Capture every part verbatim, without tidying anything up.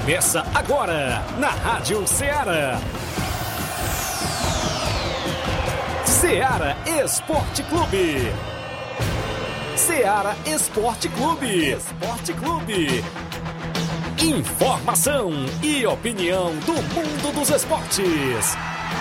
Começa agora na Rádio Ceará. Ceará Esporte Clube. Ceará Esporte Clube. Esporte Clube. Informação e opinião do mundo dos esportes.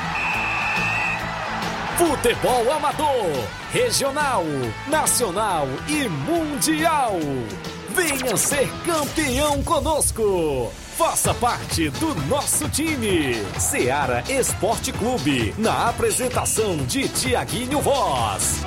Futebol amador, regional, nacional e mundial. Venha ser campeão conosco. Faça parte do nosso time. Ceará Esporte Clube, na apresentação de Tiaguinho Voz.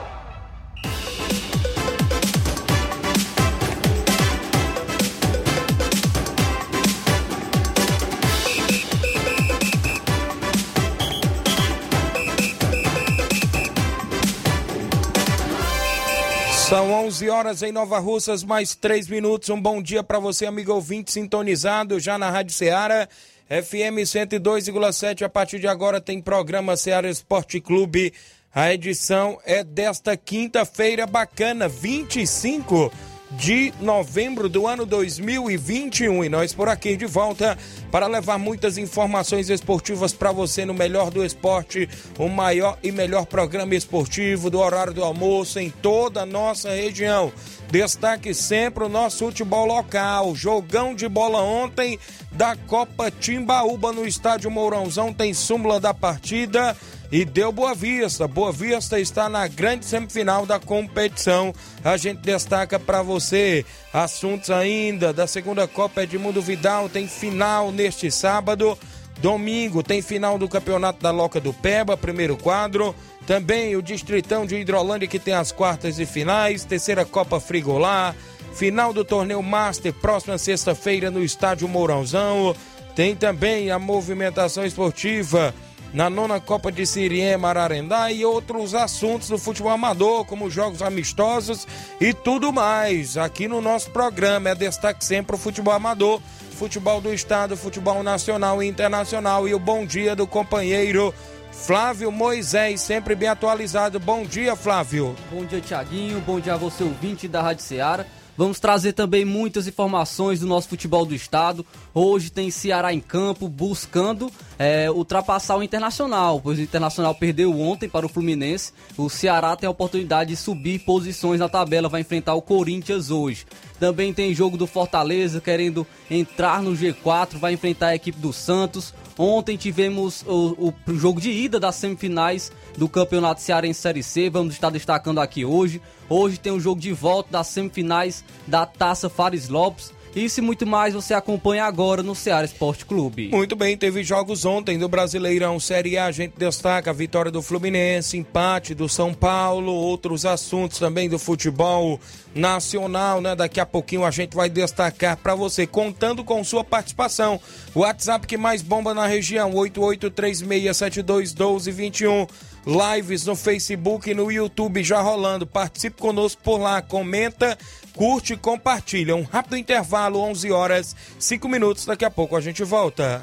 São onze horas em Nova Russas, mais três minutos. Um bom dia para você, amigo ouvinte, sintonizado já na Rádio Ceará, F M cento e dois vírgula sete. A partir de agora tem programa Ceará Esporte Clube. A edição é desta quinta-feira bacana, vinte e cinco de novembro do ano dois mil e vinte e um. E nós por aqui de volta para levar muitas informações esportivas para você no melhor do esporte, o maior e melhor programa esportivo do horário do almoço em toda a nossa região. Destaque sempre o nosso futebol local. Jogão de bola ontem da Copa Timbaúba no estádio Mourãozão, tem súmula da partida e deu Boa Vista. Boa Vista está na grande semifinal da competição. A gente destaca para você assuntos ainda da segunda Copa Edmundo Vidal. Tem final neste sábado. Domingo tem final do Campeonato da Loca do Peba, primeiro quadro. Também o Distritão de Hidrolândia, que tem as quartas e finais. Terceira Copa Frigolá. Final do Torneio Master, próxima sexta-feira no estádio Mourãozão. Tem também a movimentação esportiva na nona Copa de Siriema, Ararendá, e outros assuntos do futebol amador, como jogos amistosos e tudo mais. Aqui no nosso programa é destaque sempre o futebol amador, futebol do estado, futebol nacional e internacional. E o bom dia do companheiro Flávio Moisés, sempre bem atualizado. Bom dia, Flávio. Bom dia, Tiaguinho. Bom dia a você, ouvinte da Rádio Ceará. Vamos trazer também muitas informações do nosso futebol do estado. Hoje tem Ceará em campo buscando é, ultrapassar o Internacional, pois o Internacional perdeu ontem para o Fluminense. O Ceará tem a oportunidade de subir posições na tabela, vai enfrentar o Corinthians hoje. Também tem jogo do Fortaleza querendo entrar no G quatro, vai enfrentar a equipe do Santos. Ontem tivemos o, o jogo de ida das semifinais do Campeonato Cearense Série C, vamos estar destacando aqui hoje. Hoje tem o jogo de volta das semifinais da Taça Fares Lopes. Isso e muito mais você acompanha agora no Ceará Esporte Clube. Muito bem, teve jogos ontem do Brasileirão Série A, a gente destaca a vitória do Fluminense, empate do São Paulo, outros assuntos também do futebol nacional, né? Daqui a pouquinho a gente vai destacar para você, contando com sua participação. O WhatsApp que mais bomba na região, oito oito três seis sete dois um dois dois um. Lives no Facebook e no YouTube já rolando. Participe conosco por lá, comenta, curte e compartilha. Um rápido intervalo, onze horas, cinco minutos. Daqui a pouco a gente volta.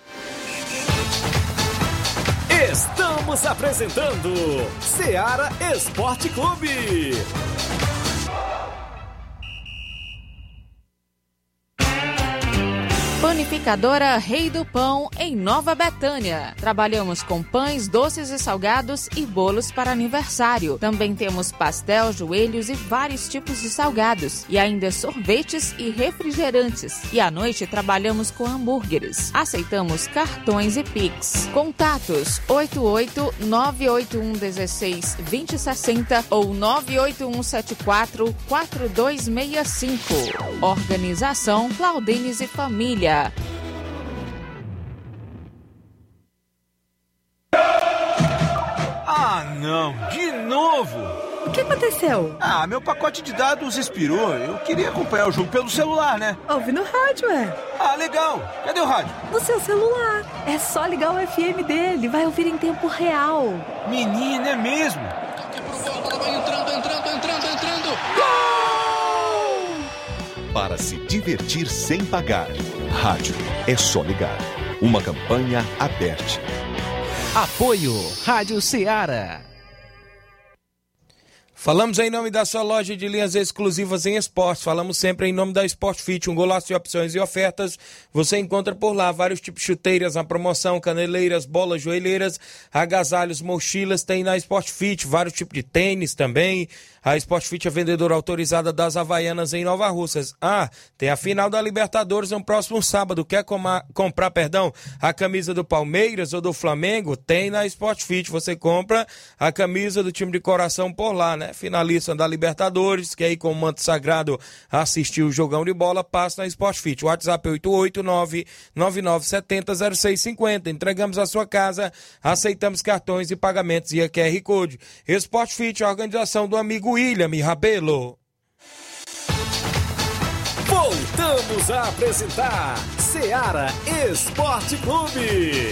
Estamos apresentando Ceará Esporte Clube. Panificadora Rei do Pão, em Nova Betânia. Trabalhamos com pães, doces e salgados e bolos para aniversário. Também temos pastel, joelhos e vários tipos de salgados. E ainda sorvetes e refrigerantes. E à noite trabalhamos com hambúrgueres. Aceitamos cartões e Pix. Contatos oito oito nove oito um um seis dois zero seis zero ou nove oito um sete quatro quatro dois seis cinco. Organização Claudines e Família. Ah, não, de novo! O que aconteceu? Ah, meu pacote de dados expirou. Eu queria acompanhar o jogo pelo celular, né? Ouve no rádio, é. Ah, legal. Cadê o rádio? No seu celular. É só ligar o F M dele. Vai ouvir em tempo real. Menina, é mesmo? Vai entrando, entrando, entrando, entrando. Gol! Para se divertir sem pagar. Rádio é só ligar. Uma campanha aberta. Apoio Rádio Ceará. Falamos em nome da sua loja de linhas exclusivas em esportes. Falamos sempre em nome da Sport Fit, um golaço de opções e ofertas. Você encontra por lá vários tipos de chuteiras na promoção, caneleiras, bolas, joelheiras, agasalhos, mochilas. Tem na Sport Fit vários tipos de tênis também. A Sport Fit é vendedora autorizada das Havaianas em Nova Russas. Ah, tem a final da Libertadores no próximo sábado. Quer coma, comprar, perdão, a camisa do Palmeiras ou do Flamengo? Tem na Sport Fit. Você compra a camisa do time de coração por lá, né? Finalista da Libertadores, que aí com o manto sagrado assistiu o jogão de bola, passa na Sport Fit. O WhatsApp é oito oito nove nove nove sete zero zero seis cinco zero. Entregamos a sua casa, aceitamos cartões e pagamentos e a Q R Code. Sport Fit, a organização do amigo William Rabelo. Voltamos a apresentar Seara Esporte Clube.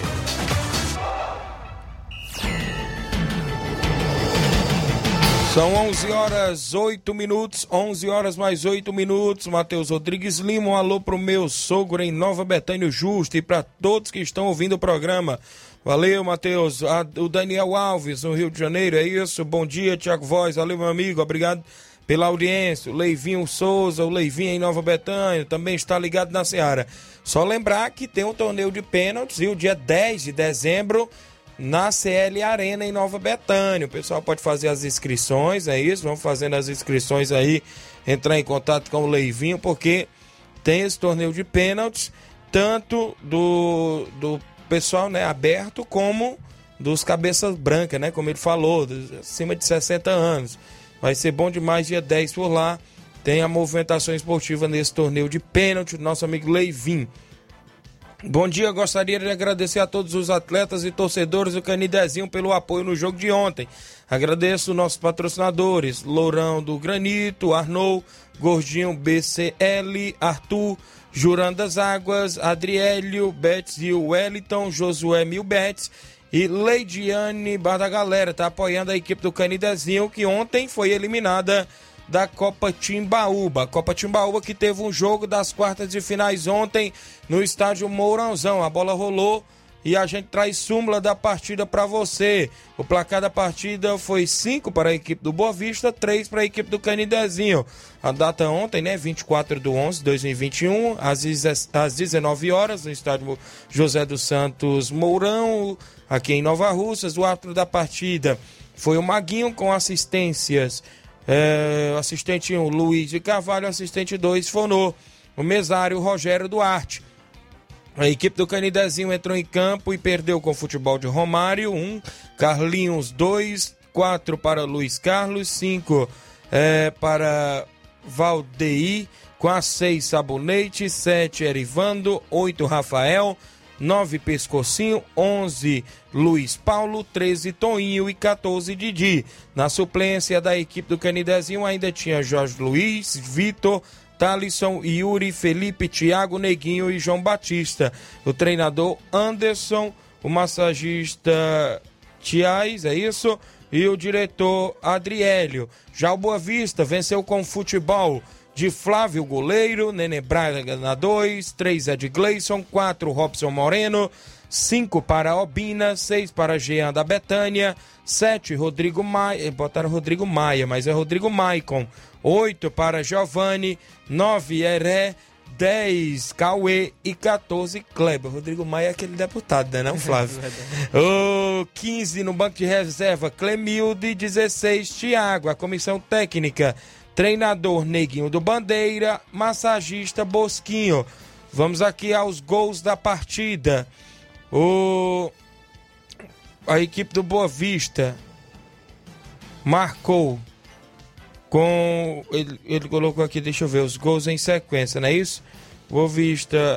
São onze horas, oito minutos, onze horas mais oito minutos. Matheus Rodrigues Lima, um alô pro meu sogro em Nova Betânia Justo e para todos que estão ouvindo o programa. Valeu, Matheus. O Daniel Alves, no Rio de Janeiro, é isso. Bom dia, Tiago Voz. Valeu, meu amigo. Obrigado pela audiência. O Leivinho Souza, o Leivinho em Nova Betânia, também está ligado na Seara. Só lembrar que tem um torneio de pênaltis e o dia dez de dezembro na C L Arena em Nova Betânia. O pessoal pode fazer as inscrições, é isso? Vamos fazendo as inscrições aí, entrar em contato com o Leivinho, porque tem esse torneio de pênaltis, tanto do, do pessoal, né, aberto, como dos cabeças brancas, né, como ele falou, dos, acima de sessenta anos. Vai ser bom demais, dia dez por lá. Tem a movimentação esportiva nesse torneio de pênalti do nosso amigo Leivinho. Bom dia, gostaria de agradecer a todos os atletas e torcedores do Canidezinho pelo apoio no jogo de ontem. Agradeço nossos patrocinadores, Lourão do Granito, Arnold, Gordinho B C L, Arthur, Jurandas Águas, Adriélio, Betts e Wellington, Josué Milbetes e Leidiane Bar da Galera, tá apoiando a equipe do Canidezinho, que ontem foi eliminada da Copa Timbaúba. Copa Timbaúba que teve um jogo das quartas de finais ontem no estádio Mourãozão. A bola rolou e a gente traz súmula da partida para você. O placar da partida foi cinco para a equipe do Boa Vista, três para a equipe do Canidezinho. A data ontem, né, vinte e quatro de onze de dois mil e vinte e um, às dezenove horas, no estádio José dos Santos Mourão, aqui em Nova Russas. O árbitro da partida foi o Maguinho, com assistências É, assistente um, Luiz de Carvalho, assistente dois, Fonô, o mesário Rogério Duarte. A equipe do Canidezinho entrou em campo e perdeu com o futebol de Romário, um, Carlinhos dois, quatro para Luiz Carlos, cinco é, para Valdeir, com a seis Sabonete, sete Erivando, oito Rafael, nove Pescocinho, onze Luiz Paulo, treze Toninho e quatorze Didi. Na suplência da equipe do Canidezinho ainda tinha Jorge Luiz, Vitor, Thalisson, Yuri, Felipe, Thiago, Neguinho e João Batista. O treinador Anderson, o massagista Tiais, é isso? E o diretor Adriélio. Já o Boa Vista venceu com futebol de Flávio Goleiro, Nenê Braga na dois, três é de Gleison, quatro Robson Moreno, cinco para Obina, seis para Jean da Betânia, sete Rodrigo Maia, botaram Rodrigo Maia, mas é Rodrigo Maicon, oito para Giovanni, nove Heré, dez Cauê e quatorze Kleber. Rodrigo Maia é aquele deputado, né, não, Flávio? O quinze no banco de reserva, Clemilde, dezesseis Thiago, a comissão técnica, treinador Neguinho do Bandeira, massagista Bosquinho. Vamos aqui aos gols da partida. O... A equipe do Boa Vista marcou com... Ele, ele colocou aqui, deixa eu ver, os gols em sequência, não é isso? Boa Vista,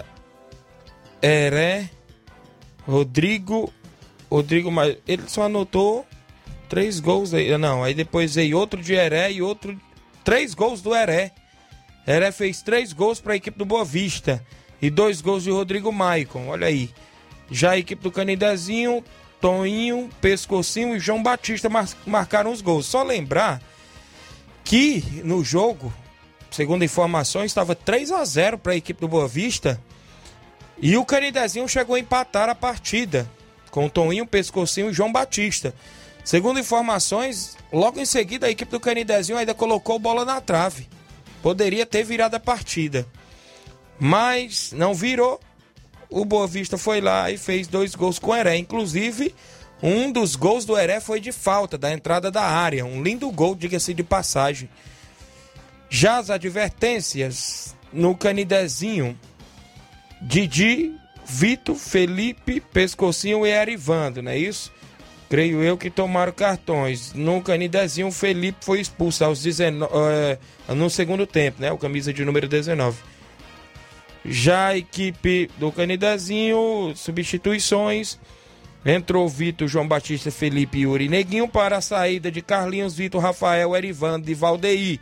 Heré, Rodrigo, Rodrigo, mas ele só anotou três gols aí. Não, aí depois veio outro de Heré e outro... Três gols do Heré. Heré fez três gols para a equipe do Boa Vista e dois gols de Rodrigo Maicon, olha aí. Já a equipe do Canidezinho, Toninho, Pescocinho e João Batista mar- marcaram os gols. Só lembrar que no jogo, segundo informações, estava três a zero para a equipe do Boa Vista e o Canidezinho chegou a empatar a partida com Toninho, Pescocinho e João Batista. Segundo informações, logo em seguida a equipe do Canidezinho ainda colocou bola na trave. Poderia ter virado a partida, mas não virou. O Boa Vista foi lá e fez dois gols com o Heré. Inclusive, um dos gols do Heré foi de falta, da entrada da área. Um lindo gol, diga-se de passagem. Já as advertências no Canidezinho: Didi, Vitor, Felipe, Pescocinho e Erivando, não é isso? Creio eu que tomaram cartões. No Canidezinho, o Felipe foi expulso aos dezenove, uh, no segundo tempo, né? O camisa de número dezenove. Já a equipe do Canidezinho, substituições. Entrou Vitor, João Batista, Felipe, Yuri e Neguinho para a saída de Carlinhos, Vitor, Rafael, Erivando e Valdeir.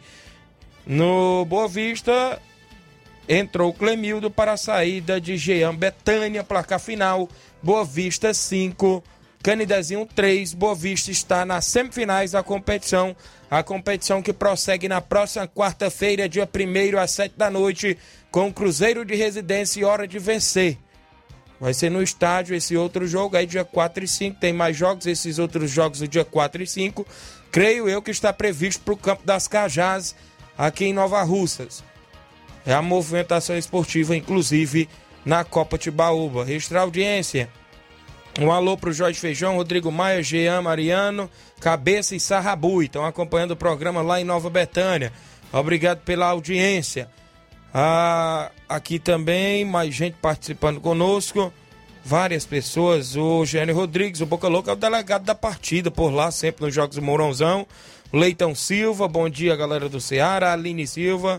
No Boa Vista, entrou Clemildo para a saída de Jean Betânia. Placar final: Boa Vista cinco, Canidezinho três. Boa Vista está nas semifinais da competição. A competição que prossegue na próxima quarta-feira, dia primeiro, às sete da noite, com Cruzeiro de Residência e Hora de Vencer. Vai ser no estádio esse outro jogo aí, dia quatro e cinco. Tem mais jogos, esses outros jogos do dia quatro e cinco. Creio eu que está previsto para o Campo das Cajás, aqui em Nova Russas. É a movimentação esportiva, inclusive, na Copa Tibaúba. Registrar audiência. Um alô para o Jorge Feijão, Rodrigo Maia, Jean Mariano, Cabeça e Sarrabu. Estão acompanhando o programa lá em Nova Betânia. Obrigado pela audiência. Ah, aqui também, mais gente participando conosco. Várias pessoas. O Gênio Rodrigues, o Boca Louca, é o delegado da partida por lá, sempre nos Jogos do Mourãozão. Leitão Silva, bom dia, galera do Ceará. Aline Silva.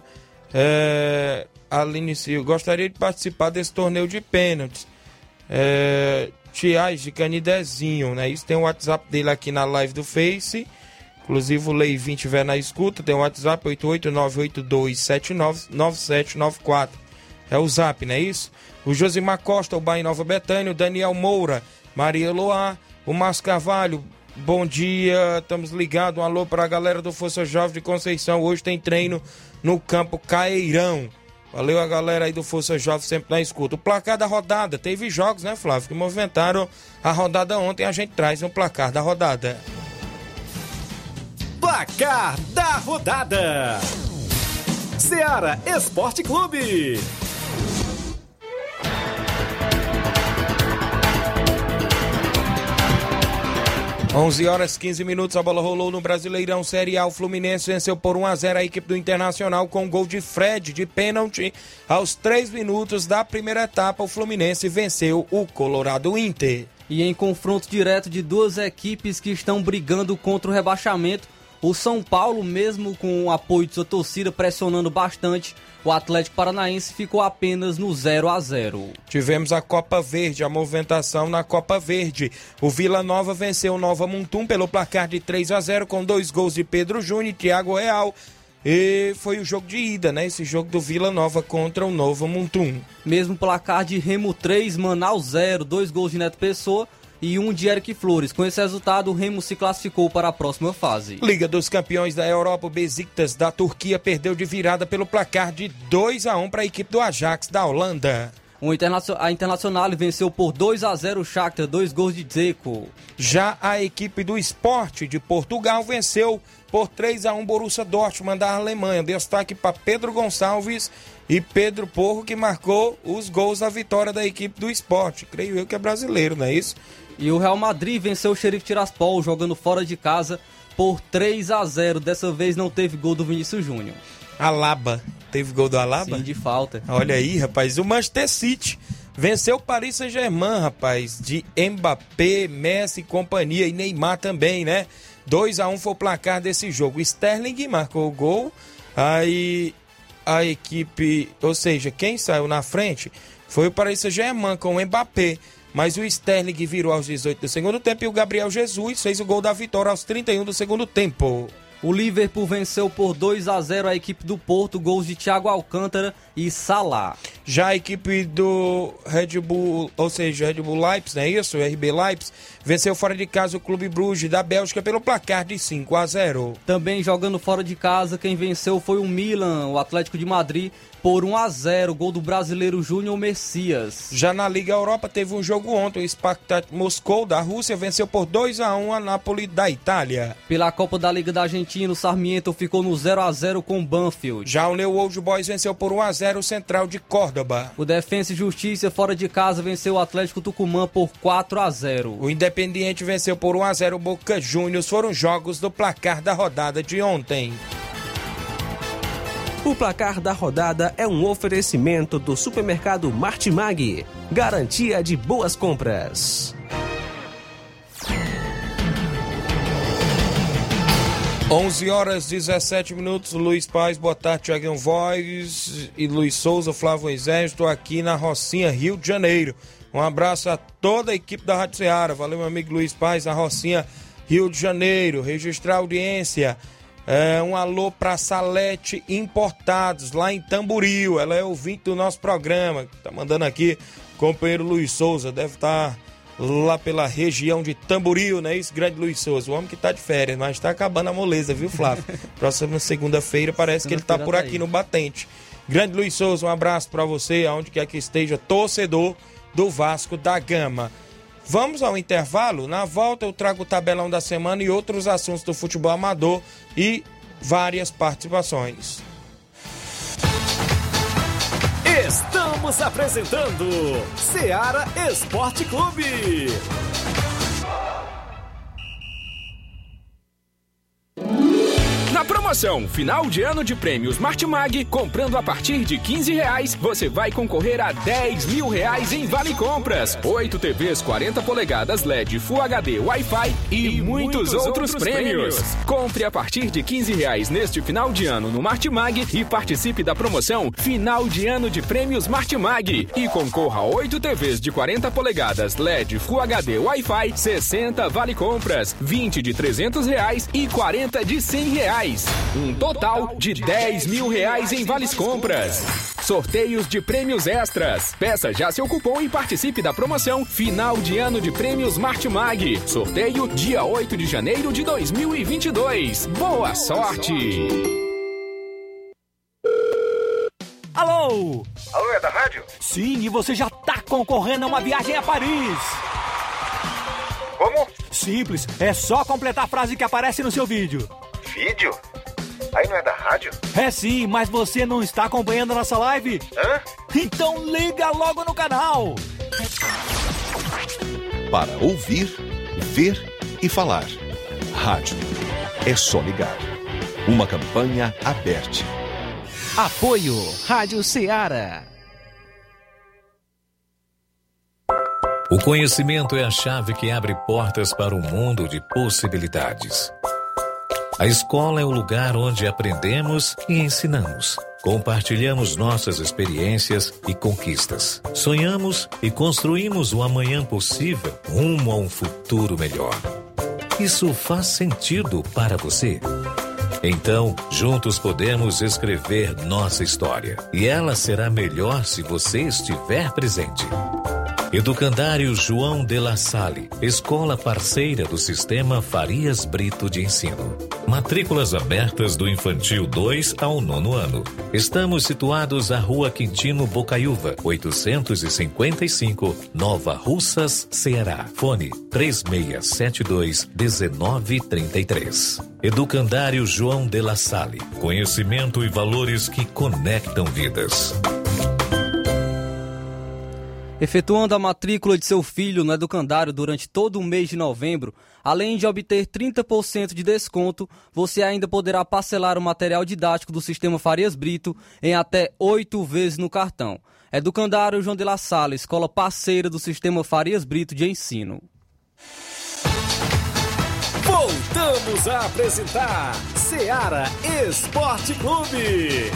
É, Aline Silva, gostaria de participar desse torneio de pênaltis. É, Tiais de Canidezinho, né? Isso tem o WhatsApp dele aqui na live do Face. Inclusive o Leivinho estiver na escuta, tem o WhatsApp oito oito nove oito dois sete nove nove sete nove quatro. É o Zap, não é isso? O Josimar Costa, o Bahia Nova Betânia, o Daniel Moura, Maria Loá, o Márcio Carvalho, bom dia, estamos ligados. Um alô para a galera do Força Jovem de Conceição. Hoje tem treino no campo Caeirão. Valeu a galera aí do Força Jovem, sempre na escuta. O placar da rodada, teve jogos, né, Flávio, que movimentaram a rodada ontem. A gente traz um placar da rodada. Placar da rodada: Ceará Esporte Clube. onze horas e quinze minutos, a bola rolou no Brasileirão Série A. O Fluminense venceu por um a zero a equipe do Internacional com gol de Fred de pênalti. Aos três minutos da primeira etapa, o Fluminense venceu o Colorado Inter. E em confronto direto de duas equipes que estão brigando contra o rebaixamento, o São Paulo, mesmo com o apoio de sua torcida pressionando bastante, o Atlético Paranaense ficou apenas no zero a zero. Tivemos a Copa Verde, a movimentação na Copa Verde. O Vila Nova venceu o Nova Mutum pelo placar de três a zero com dois gols de Pedro Júnior e Thiago Real. E foi o jogo de ida, né? Esse jogo do Vila Nova contra o Nova Mutum. Mesmo placar de Remo três, Manaus zero, dois gols de Neto Pessoa e um de Eric Flores. Com esse resultado, o Remo se classificou para a próxima fase. Liga dos Campeões da Europa, o Besiktas da Turquia perdeu de virada pelo placar de dois a um para a equipe do Ajax da Holanda. O Internacional, a Internacional venceu por dois a zero o Shakhtar, dois gols de Dzeko. Já a equipe do Sport de Portugal venceu por três a um Borussia Dortmund da Alemanha. Destaque para Pedro Gonçalves e Pedro Porro, que marcou os gols da vitória da equipe do Sport. Creio eu que é brasileiro, não é isso? E o Real Madrid venceu o Xerife Tiraspol jogando fora de casa por três a zero. Dessa vez não teve gol do Vinícius Júnior. Alaba. Teve gol do Alaba? Sim, de falta. Olha aí, rapaz. O Manchester City venceu o Paris Saint-Germain, rapaz. De Mbappé, Messi e companhia. E Neymar também, né? dois a um foi o placar desse jogo. Sterling marcou o gol. Aí a equipe, ou seja, quem saiu na frente foi o Paris Saint-Germain com o Mbappé. Mas o Sterling virou aos dezoito do segundo tempo e o Gabriel Jesus fez o gol da vitória aos trinta e um do segundo tempo. O Liverpool venceu por dois a zero a equipe do Porto, gols de Thiago Alcântara e Salah. Já a equipe do Red Bull, ou seja, Red Bull Leipzig, não é isso? O R B Leipzig, venceu fora de casa o Clube Bruges da Bélgica pelo placar de cinco a zero. Também jogando fora de casa, quem venceu foi o Milan, o Atlético de Madrid, por um a zero, gol do brasileiro Júnior Messias. Já na Liga Europa teve um jogo ontem, o Spartak Moscou da Rússia venceu por dois a um a Napoli da Itália. Pela Copa da Liga da Argentina, o Sarmiento ficou no zero a zero com o Banfield. Já o New Old Boys venceu por um a zero o Central de Córdoba. O Defensa e Justiça fora de casa venceu o Atlético Tucumã por quatro a zero. O Independiente venceu por um a zero o Boca Juniors. Foram jogos do placar da rodada de ontem. O placar da rodada é um oferecimento do supermercado Martimag. Garantia de boas compras. onze horas e dezessete minutos. Luiz Paz, boa tarde, Thiaguinho Voz e Luiz Souza, Flávio Moisés. Estou aqui na Rocinha, Rio de Janeiro. Um abraço a toda a equipe da Rádio Ceará. Valeu, meu amigo Luiz Paz, na Rocinha, Rio de Janeiro. Registrar a audiência. É, um alô para Salete Importados, lá em Tamboril. Ela é ouvinte do nosso programa. Tá mandando aqui, companheiro Luiz Souza. Deve estar lá pela região de Tamboril, não é isso, grande Luiz Souza? O homem que tá de férias, mas tá acabando a moleza, viu, Flávio? Próxima segunda-feira parece que ele tá por aqui no Batente. Grande Luiz Souza, um abraço para você, aonde quer que esteja, torcedor do Vasco da Gama. Vamos ao intervalo. Na volta eu trago o tabelão da semana e outros assuntos do futebol amador e várias participações. Estamos apresentando Ceará Esporte Clube. Na promoção Final de Ano de Prêmios Martimag, comprando a partir de quinze reais, você vai concorrer a dez mil reais em Vale Compras, oito T Vs quarenta polegadas L E D Full H D Wi-Fi e, e muitos, muitos outros, outros prêmios. prêmios. Compre a partir de quinze reais neste final de ano no Martimag e participe da promoção Final de Ano de Prêmios Martimag e concorra a oito T Vs de quarenta polegadas L E D Full H D Wi-Fi, sessenta Vale Compras, vinte de trezentos reais e quarenta de cem reais. Um total de dez mil reais em vales compras. Sorteios de prêmios extras. Peça já seu cupom e participe da promoção Final de Ano de Prêmios Martimag. Sorteio dia oito de janeiro de dois mil e vinte e dois. Boa sorte! Alô? Alô, é da rádio? Sim, e você já tá concorrendo a uma viagem a Paris. Como? Simples, é só completar a frase que aparece no seu vídeo. Vídeo? Aí não é da rádio? É sim, mas você não está acompanhando a nossa live? Hã? Então liga logo no canal! Para ouvir, ver e falar. Rádio. É só ligar. Uma campanha aberta. Apoio Rádio Ceará. O conhecimento é a chave que abre portas para um mundo de possibilidades. A escola é o lugar onde aprendemos e ensinamos. Compartilhamos nossas experiências e conquistas. Sonhamos e construímos o amanhã possível rumo a um futuro melhor. Isso faz sentido para você? Então, juntos podemos escrever nossa história. E ela será melhor se você estiver presente. Educandário João de La Salle, escola parceira do Sistema Farias Brito de Ensino. Matrículas abertas do Infantil dois ao nono ano. Estamos situados à Rua Quintino Bocaiúva, oitocentos e cinquenta e cinco, Nova Russas, Ceará. Fone três seis sete dois, um nove três três. Educandário João de La Salle, conhecimento e valores que conectam vidas. Efetuando a matrícula de seu filho no educandário durante todo o mês de novembro, além de obter trinta por cento de desconto, você ainda poderá parcelar o material didático do Sistema Farias Brito em até oito vezes no cartão. Educandário João de La Salle, escola parceira do Sistema Farias Brito de Ensino. Voltamos a apresentar Ceará Esporte Clube.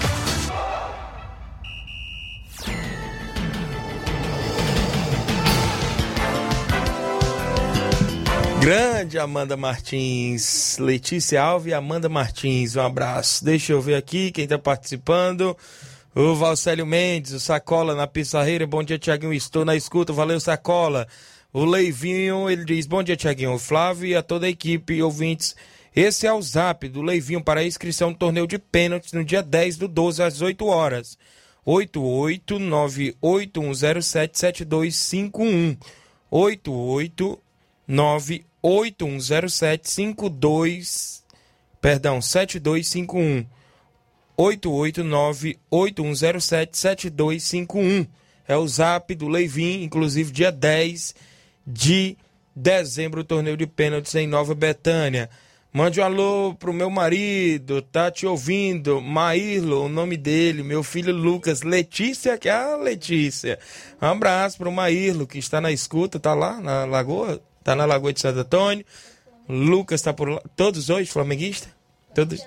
Grande Amanda Martins, Letícia Alves e Amanda Martins, um abraço. Deixa eu ver aqui quem está participando. O Valcélio Mendes, o Sacola na Pissarreira. Bom dia, Tiaguinho, estou na escuta. Valeu, Sacola. O Leivinho, ele diz, bom dia, Tiaguinho, Flávio e a toda a equipe, ouvintes. Esse é o zap do Leivinho para a inscrição do torneio de pênaltis no dia dez do doze às oito horas. oito oito nove oito um zero sete sete dois cinco um. oito oito nove oito um zero sete cinco dois, perdão, sete dois cinco um. oito oito nove oito um zero sete sete dois cinco um. É o zap do Leivinho, inclusive dia dez de dezembro, o torneio de pênaltis em Nova Betânia. Mande um alô pro meu marido, tá te ouvindo, Maírlo, o nome dele, meu filho Lucas, Letícia, que é a Letícia. Um abraço pro Maírlo, que está na escuta, tá lá na Lagoa, tá na Lagoa de Santo Antônio. Lucas tá por lá, todos hoje flamenguistas? Todos...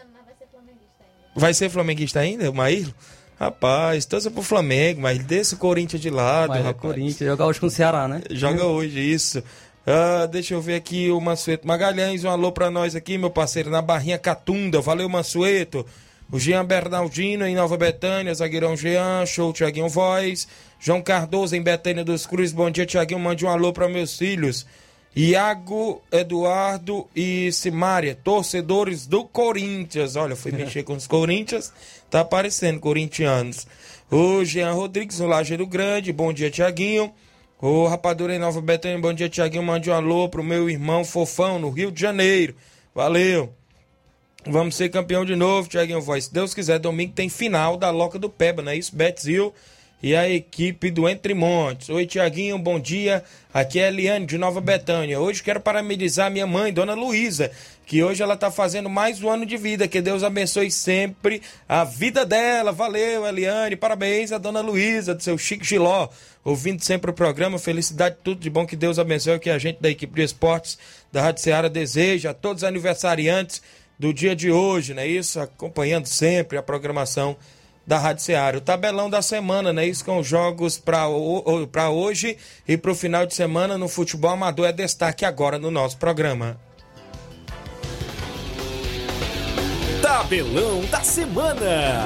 Vai ser flamenguista ainda, o Maírlo? Rapaz, torça pro Flamengo, mas deixa o Corinthians de lado, mas rapaz. É Corinthians, joga hoje com o Ceará, né? Joga hoje, isso. Uh, deixa eu ver aqui o Mansueto Magalhães, um alô pra nós aqui, meu parceiro, na Barrinha Catunda, valeu Mansueto. O Jean Bernardino em Nova Betânia, zagueirão Jean, show Tiaguinho Voz. João Cardoso em Betânia dos Cruz, bom dia Tiaguinho, mande um alô pra meus filhos. Iago, Eduardo e Simária, torcedores do Corinthians. Olha, fui mexer com os Corinthians, tá aparecendo corintianos. O Jean Rodrigues, no Lajeiro Grande, bom dia Tiaguinho. O Rapadura em Nova Betânia, bom dia Tiaguinho, mande um alô pro meu irmão Fofão, no Rio de Janeiro. Valeu. Vamos ser campeão de novo, Tiaguinho Voz. Se Deus quiser, domingo tem final da Loca do Peba, não é isso? Betzil e a equipe do Entre Montes. Oi, Tiaguinho, bom dia. Aqui é a Eliane, de Nova Betânia. Hoje quero parabenizar minha mãe, Dona Luísa, que hoje ela está fazendo mais um ano de vida. Que Deus abençoe sempre a vida dela. Valeu, Eliane. Parabéns a Dona Luísa, do seu Chico Giló. Ouvindo sempre o programa. Felicidade, tudo de bom. Que Deus abençoe, que a gente da equipe de esportes da Rádio Ceará deseja a todos os aniversariantes do dia de hoje, não é isso? Acompanhando sempre a programação da Rádio Ceará. O tabelão da semana, né? Isso com os jogos para hoje e para o final de semana no futebol amador é destaque agora no nosso programa. Tabelão da semana.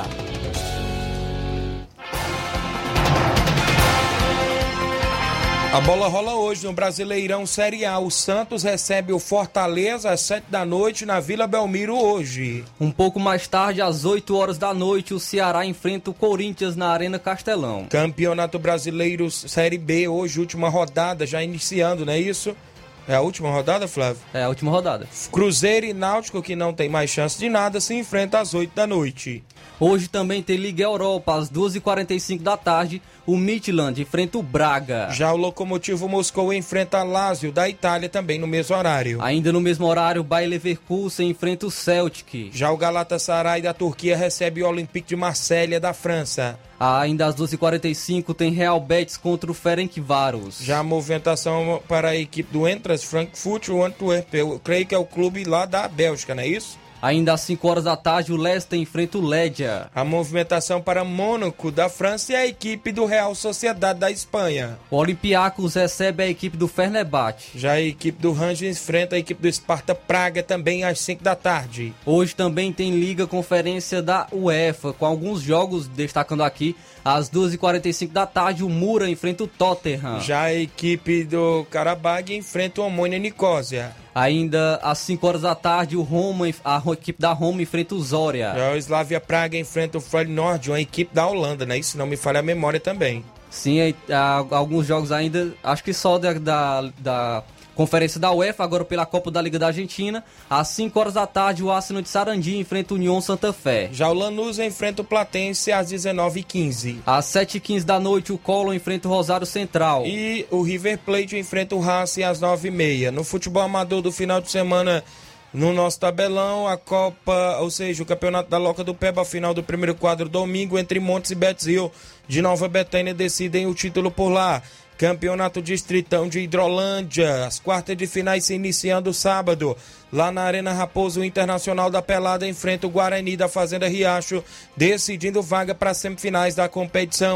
A bola rola hoje no Brasileirão Série A. O Santos recebe o Fortaleza às sete da noite na Vila Belmiro hoje. Um pouco mais tarde, às oito horas da noite, o Ceará enfrenta o Corinthians na Arena Castelão. Campeonato Brasileiro Série B, hoje, última rodada, já iniciando, não é isso? É a última rodada, Flávio? É a última rodada. Cruzeiro e Náutico, que não tem mais chance de nada, se enfrentam às oito da noite. Hoje também tem Liga Europa, às duas e quarenta e cinco da tarde, o Midland enfrenta o Braga. Já o Lokomotiv Moscou enfrenta a Lazio, da Itália, também no mesmo horário. Ainda no mesmo horário, o Bayer Leverkusen enfrenta o Celtic. Já o Galatasaray da Turquia recebe o Olympique de Marselha, da França. Ainda às doze e quarenta e cinco tem Real Betis contra o Ferencváros. Já a movimentação para a equipe do Eintracht Frankfurt, o Antwerp, eu creio que é o clube lá da Bélgica, não é isso? Ainda às cinco horas da tarde, o Leicester enfrenta o Legia. A movimentação para Mônaco, da França, e a equipe do Real Sociedade, da Espanha. O Olympiacos recebe a equipe do Fenerbahçe. Já a equipe do Rangers enfrenta a equipe do Sparta Praga, também às cinco da tarde. Hoje também tem Liga Conferência da UEFA, com alguns jogos, destacando aqui, às duas e quarenta e cinco da tarde, o Mura enfrenta o Tottenham. Já a equipe do Karabag enfrenta o Omônia Nicósia. Ainda às cinco horas da tarde, o Roma, a equipe da Roma enfrenta o Zorya. Já o Slavia Praga enfrenta o Feyenoord, uma equipe da Holanda, né? Isso não me falha a memória também. Sim, há alguns jogos ainda, acho que só da, da, da Conferência da UEFA, agora pela Copa da Liga da Argentina. Às cinco horas da tarde, o Arsenal de Sarandi enfrenta o União Santa Fé. Já o Lanús enfrenta o Platense às dezenove e quinze. Às sete e quinze da noite, o Colón enfrenta o Rosário Central. E o River Plate enfrenta o Racing às nove e meia. No futebol amador do final de semana, no nosso tabelão, a Copa, ou seja, o Campeonato da Loca do Peba, a final do primeiro quadro domingo, entre Montes e Betzil de Nova Betânia, decidem o título por lá. Campeonato Distritão de Hidrolândia, as quartas de finais se iniciando sábado. Lá na Arena Raposo, o Internacional da Pelada enfrenta o Guarani da Fazenda Riacho, decidindo vaga para as semifinais da competição.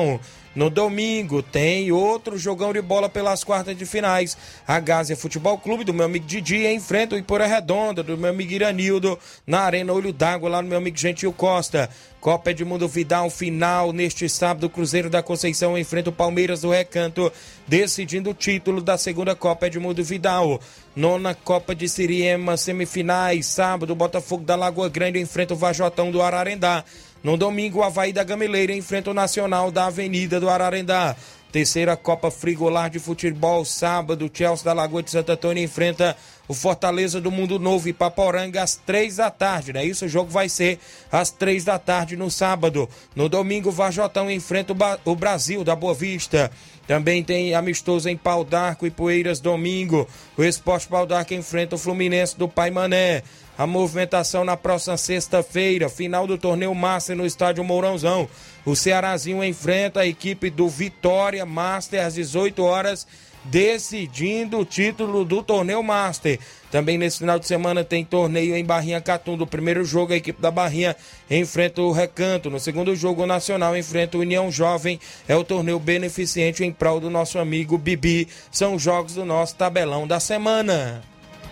No domingo tem outro jogão de bola pelas quartas de finais. A Gásia Futebol Clube do meu amigo Didi enfrenta o Iporá Redonda do meu amigo Iranildo na Arena Olho d'Água lá no meu amigo Gentil Costa. Copa Edmundo Vidal final neste sábado. O Cruzeiro da Conceição enfrenta o Palmeiras do Recanto, decidindo o título da segunda Copa Edmundo Vidal. Nona Copa de Siriema semifinais sábado. O Botafogo da Lagoa Grande enfrenta o Vajotão do Ararendá. No domingo, o Avaí da Gameleira enfrenta o Nacional da Avenida do Ararendá. Terceira Copa Frigolar de Futebol, sábado, o Chelsea da Lagoa de Santo Antônio enfrenta o Fortaleza do Mundo Novo e Paporanga às três da tarde, né? Isso, o jogo vai ser às três da tarde no sábado. No domingo, o Vajotão enfrenta o, ba- o Brasil da Boa Vista. Também tem amistoso em Pau d'Arco e Poeiras domingo. O Esporte Pau d'Arco enfrenta o Fluminense do Pai Mané. A movimentação na próxima sexta-feira, final do torneio Master no estádio Mourãozão. O Cearazinho enfrenta a equipe do Vitória Master às dezoito horas, decidindo o título do torneio Master. Também nesse final de semana tem torneio em Barrinha Catunda. O primeiro jogo, a equipe da Barrinha enfrenta o Recanto. No segundo jogo, o Nacional enfrenta o União Jovem. É o torneio beneficente em prol do nosso amigo Bibi. São os jogos do nosso tabelão da semana.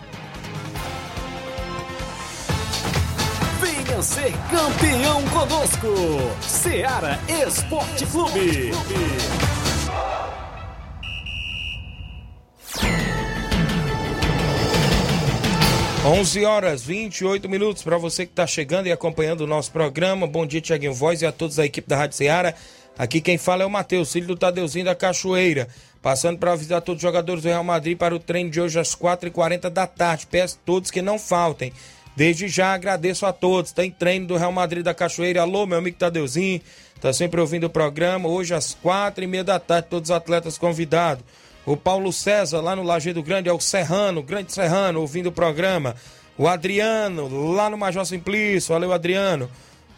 Venha ser campeão conosco, Ceará Esporte Clube. onze horas e vinte e oito minutos para você que está chegando e acompanhando o nosso programa. Bom dia, Thiaguinho Voz e a todos da equipe da Rádio Ceará. Aqui quem fala é o Matheus, filho do Tadeuzinho da Cachoeira. Passando para avisar todos os jogadores do Real Madrid para o treino de hoje às quatro e quarenta da tarde. Peço a todos que não faltem. Desde já agradeço a todos. Tem treino do Real Madrid da Cachoeira. Alô, meu amigo Tadeuzinho. Tá sempre ouvindo o programa. Hoje às quatro e meia da tarde, todos os atletas convidados. O Paulo César, lá no Lajeado Grande, é o Serrano, grande Serrano, ouvindo o programa. O Adriano, lá no Major Simplício. Valeu, Adriano.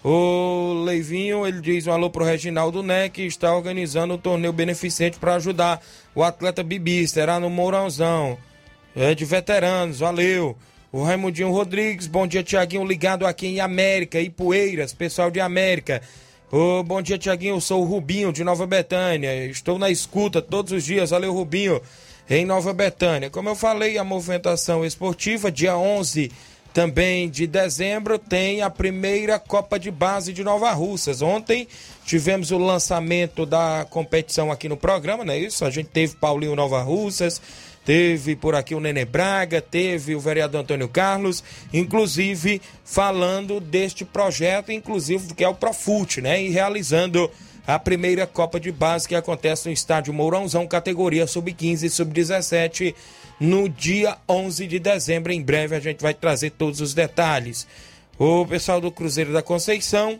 O Leivinho, ele diz um alô pro Reginaldo Né, que está organizando um torneio beneficente para ajudar o atleta Bibi. Será no Mourãozão. É de veteranos, valeu. O Raimundinho Rodrigues, bom dia, Tiaguinho, ligado aqui em América, Ipueiras, pessoal de América. Ô, bom dia, Tiaguinho, eu sou o Rubinho, de Nova Betânia, estou na escuta todos os dias, valeu, Rubinho, em Nova Betânia. Como eu falei, a movimentação esportiva, dia onze também de dezembro, tem a primeira Copa de Base de Nova Russas. Ontem tivemos o lançamento da competição aqui no programa, não é isso? A gente teve Paulinho Nova Russas, teve por aqui o Nenê Braga, teve o vereador Antônio Carlos, inclusive falando deste projeto, inclusive que é o Profute, né? E realizando a primeira Copa de Base que acontece no estádio Mourãozão, categoria sub quinze e sub dezessete, no dia onze de dezembro. Em breve a gente vai trazer todos os detalhes. O pessoal do Cruzeiro da Conceição,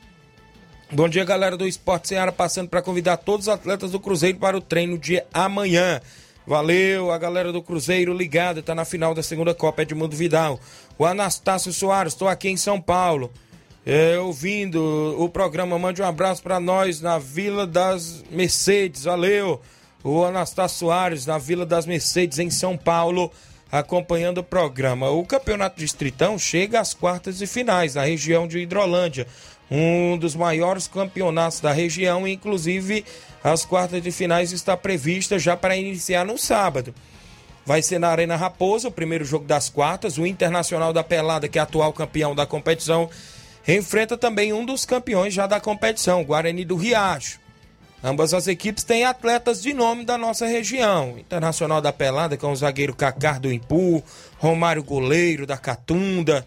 bom dia, galera do Esporte Ceará, passando para convidar todos os atletas do Cruzeiro para o treino de amanhã. Valeu, a galera do Cruzeiro ligada, tá na final da segunda Copa Edmundo Vidal. O Anastácio Soares, estou aqui em São Paulo, é, ouvindo o programa. Mande um abraço para nós na Vila das Mercedes, valeu. O Anastácio Soares, na Vila das Mercedes, em São Paulo, acompanhando o programa. O Campeonato Distritão chega às quartas e finais na região de Hidrolândia, um dos maiores campeonatos da região, inclusive as quartas de finais está prevista já para iniciar no sábado. Vai ser na Arena Raposa, o primeiro jogo das quartas. O Internacional da Pelada, que é atual campeão da competição, enfrenta também um dos campeões já da competição, o Guarani do Riacho. Ambas as equipes têm atletas de nome da nossa região. Internacional da Pelada, com o zagueiro Cacar do Impu, Romário Goleiro da Catunda.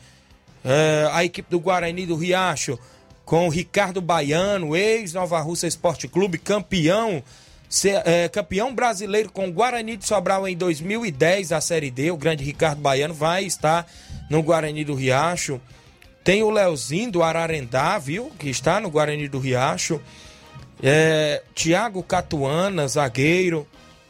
É, a equipe do Guarani do Riacho, com o Ricardo Baiano, ex-Nova Russa Esporte Clube, campeão, é, campeão brasileiro com o Guarani de Sobral em dois mil e dez, a Série D. O grande Ricardo Baiano vai estar no Guarani do Riacho. Tem o Leozinho do Ararendá, viu, que está no Guarani do Riacho. É, Tiago Catuana, zagueiro.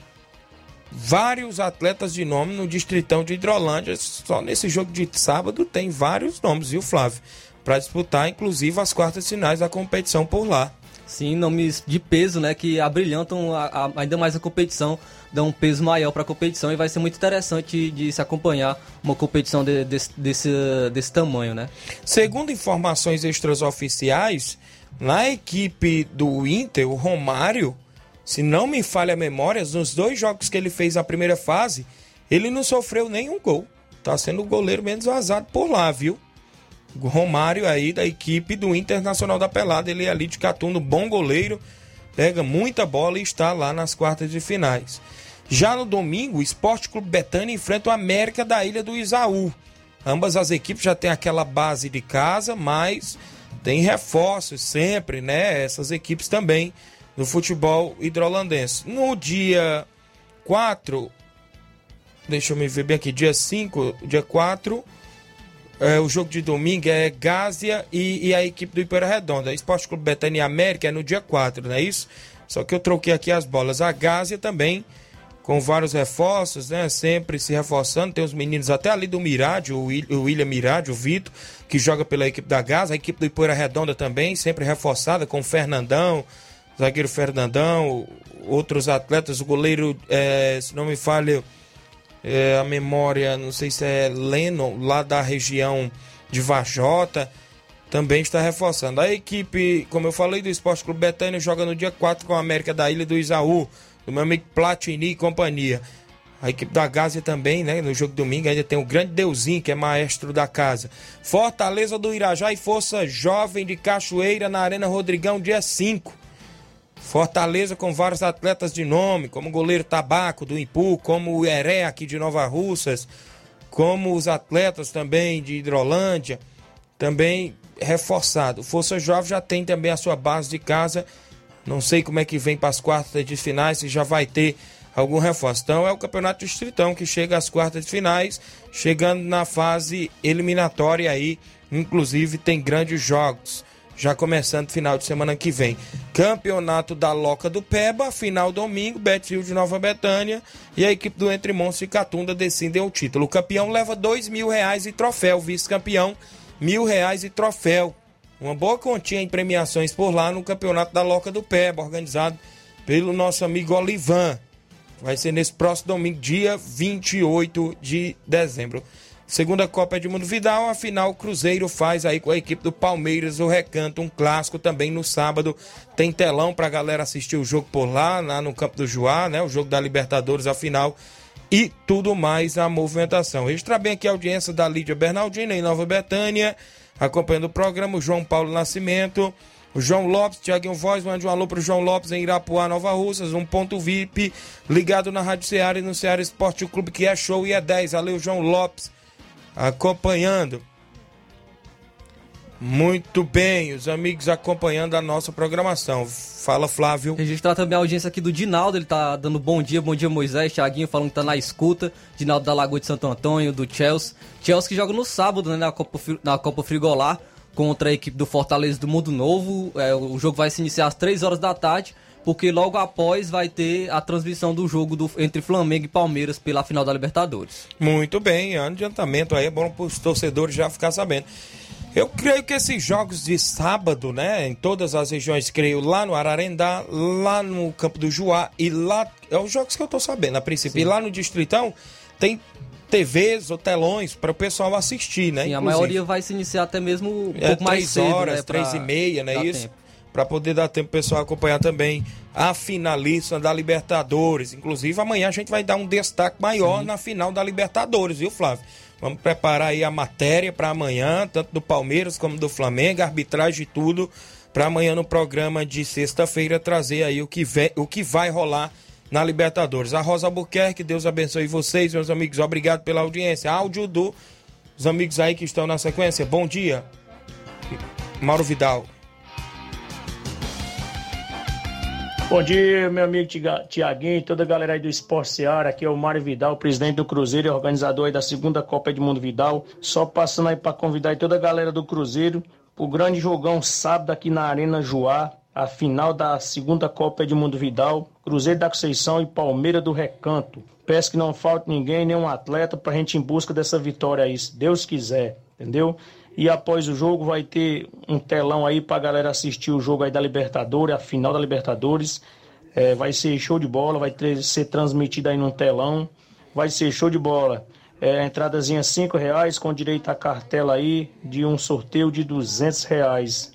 Vários atletas de nome no Distritão de Hidrolândia. Só nesse jogo de sábado tem vários nomes, viu, Flávio? Para disputar, inclusive, as quartas finais da competição por lá. Sim, nomes de peso, né, que abrilhantam a, a, ainda mais a competição, dão um peso maior para a competição, e vai ser muito interessante de se acompanhar uma competição de, de, desse, desse tamanho, né? Segundo informações extraoficiais, na equipe do Inter, o Romário, se não me falha a memória, nos dois jogos que ele fez na primeira fase, ele não sofreu nenhum gol. Tá sendo o goleiro menos vazado por lá, viu? O Romário aí da equipe do Internacional da Pelada, ele é ali de Catunda, bom goleiro, pega muita bola e está lá nas quartas de finais. Já no domingo, o Esporte Clube Betânia enfrenta o América da Ilha do Isaú. Ambas as equipes já têm aquela base de casa, mas tem reforços sempre, né? Essas equipes também no futebol hidrolandense. No dia quatro, deixa eu me ver bem aqui, dia cinco, dia quatro, é, o jogo de domingo é Gásia e, e a equipe do Ipoeira Redonda. Esporte Clube Betânia e América é no dia quatro, não é isso? Só que eu troquei aqui as bolas. A Gásia também, com vários reforços, né? Sempre se reforçando. Tem os meninos até ali do Mirádio, o William Mirádio, o Vitor, que joga pela equipe da Gásia. A equipe do Ipoeira Redonda também, sempre reforçada, com o Fernandão, zagueiro Fernandão, outros atletas, o goleiro, é, se não me falha é, a memória, não sei se é Leno, lá da região de Vajota, também está reforçando. A equipe, como eu falei, do Esporte Clube Betânia joga no dia quatro com a América da Ilha do Isaú, do meu amigo Platini e companhia. A equipe da Gásia também, né? No jogo de domingo ainda tem o grande Deusinho, que é maestro da casa. Fortaleza do Irajá e Força Jovem de Cachoeira na Arena Rodrigão, dia cinco. Fortaleza com vários atletas de nome, como o goleiro Tabaco do Impu, como o Heré aqui de Nova Russas, como os atletas também de Hidrolândia, também reforçado. Força Jovem já tem também a sua base de casa. Não sei como é que vem para as quartas de finais, se já vai ter algum reforço. Então é o Campeonato Distritão que chega às quartas de finais, chegando na fase eliminatória aí, inclusive tem grandes jogos, já começando final de semana que vem. Campeonato da Loca do Peba, final domingo, Betfield de Nova Betânia e a equipe do Entre Montes e Catunda decidem o título. O campeão leva dois mil reais e troféu, vice-campeão mil reais e troféu. Uma boa continha em premiações por lá no Campeonato da Loca do Peba, organizado pelo nosso amigo Olivan. Vai ser nesse próximo domingo, dia vinte e oito de dezembro. Segunda Copa Edmundo Vidal, a final o Cruzeiro faz aí com a equipe do Palmeiras, o Recanto, um clássico também no sábado. Tem telão pra galera assistir o jogo por lá, lá no Campo do Juá, né? O jogo da Libertadores, a final e tudo mais na movimentação. Registrar bem aqui a audiência da Lídia Bernardina em Nova Betânia, acompanhando o programa, o João Paulo Nascimento, o João Lopes, Thiaguinho Voz, mande um alô pro João Lopes em Irapuá, Nova Russas, um ponto V I P, ligado na Rádio Ceará e no Ceará Esporte Clube, que é show e é dez. Valeu, João Lopes, acompanhando. Muito bem, os amigos acompanhando a nossa programação. Fala, Flávio. Registrar também a audiência aqui do Dinaldo, ele tá dando bom dia, bom dia Moisés, Thiaguinho falando que tá na escuta, Dinaldo da Lagoa de Santo Antônio, do Chelsea. Chelsea que joga no sábado, né, na Copa, na Copa Frigolar, contra a equipe do Fortaleza do Mundo Novo. É, o jogo vai se iniciar às três horas da tarde, porque logo após vai ter a transmissão do jogo do, entre Flamengo e Palmeiras pela final da Libertadores. Muito bem, adiantamento aí, é bom para os torcedores já ficar sabendo. Eu creio que esses jogos de sábado, né, em todas as regiões, creio, lá no Ararendá, lá no Campo do Juá e lá, é os jogos que eu tô sabendo, a princípio, Sim. E lá no Distritão tem T Vs ou telões para o pessoal assistir, né? Sim, a maioria vai se iniciar até mesmo um é, pouco mais cedo, horas, né, três e meia, né, isso? Para poder dar tempo pro pessoal acompanhar também a finalista da Libertadores. Inclusive, amanhã a gente vai dar um destaque maior Sim. na final da Libertadores, viu, Flávio? Vamos preparar aí a matéria para amanhã, tanto do Palmeiras como do Flamengo, arbitragem e tudo, para amanhã no programa de sexta-feira trazer aí o que, vê, o que vai rolar na Libertadores. A Rosa Albuquerque, Deus abençoe vocês, meus amigos, obrigado pela audiência. Áudio dos amigos aí que estão na sequência. Bom dia, Mauro Vidal. Bom dia, meu amigo Tiaguinho e toda a galera aí do Esporte Ceará. Aqui é o Mário Vidal, presidente do Cruzeiro e organizador aí da segunda Copa Edmundo Vidal. Só passando aí para convidar aí toda a galera do Cruzeiro pro grande jogão sábado aqui na Arena Juá, a final da segunda Copa Edmundo Vidal, Cruzeiro da Conceição e Palmeiras do Recanto. Peço que não falte ninguém, nenhum atleta, pra gente ir em busca dessa vitória aí, se Deus quiser, entendeu? E após o jogo vai ter um telão aí pra galera assistir o jogo aí da Libertadores, a final da Libertadores. É, vai ser show de bola, vai ter, ser transmitido aí num telão, vai ser show de bola. É, a entradazinha cinco reais com direito à cartela aí de um sorteio de duzentos reais.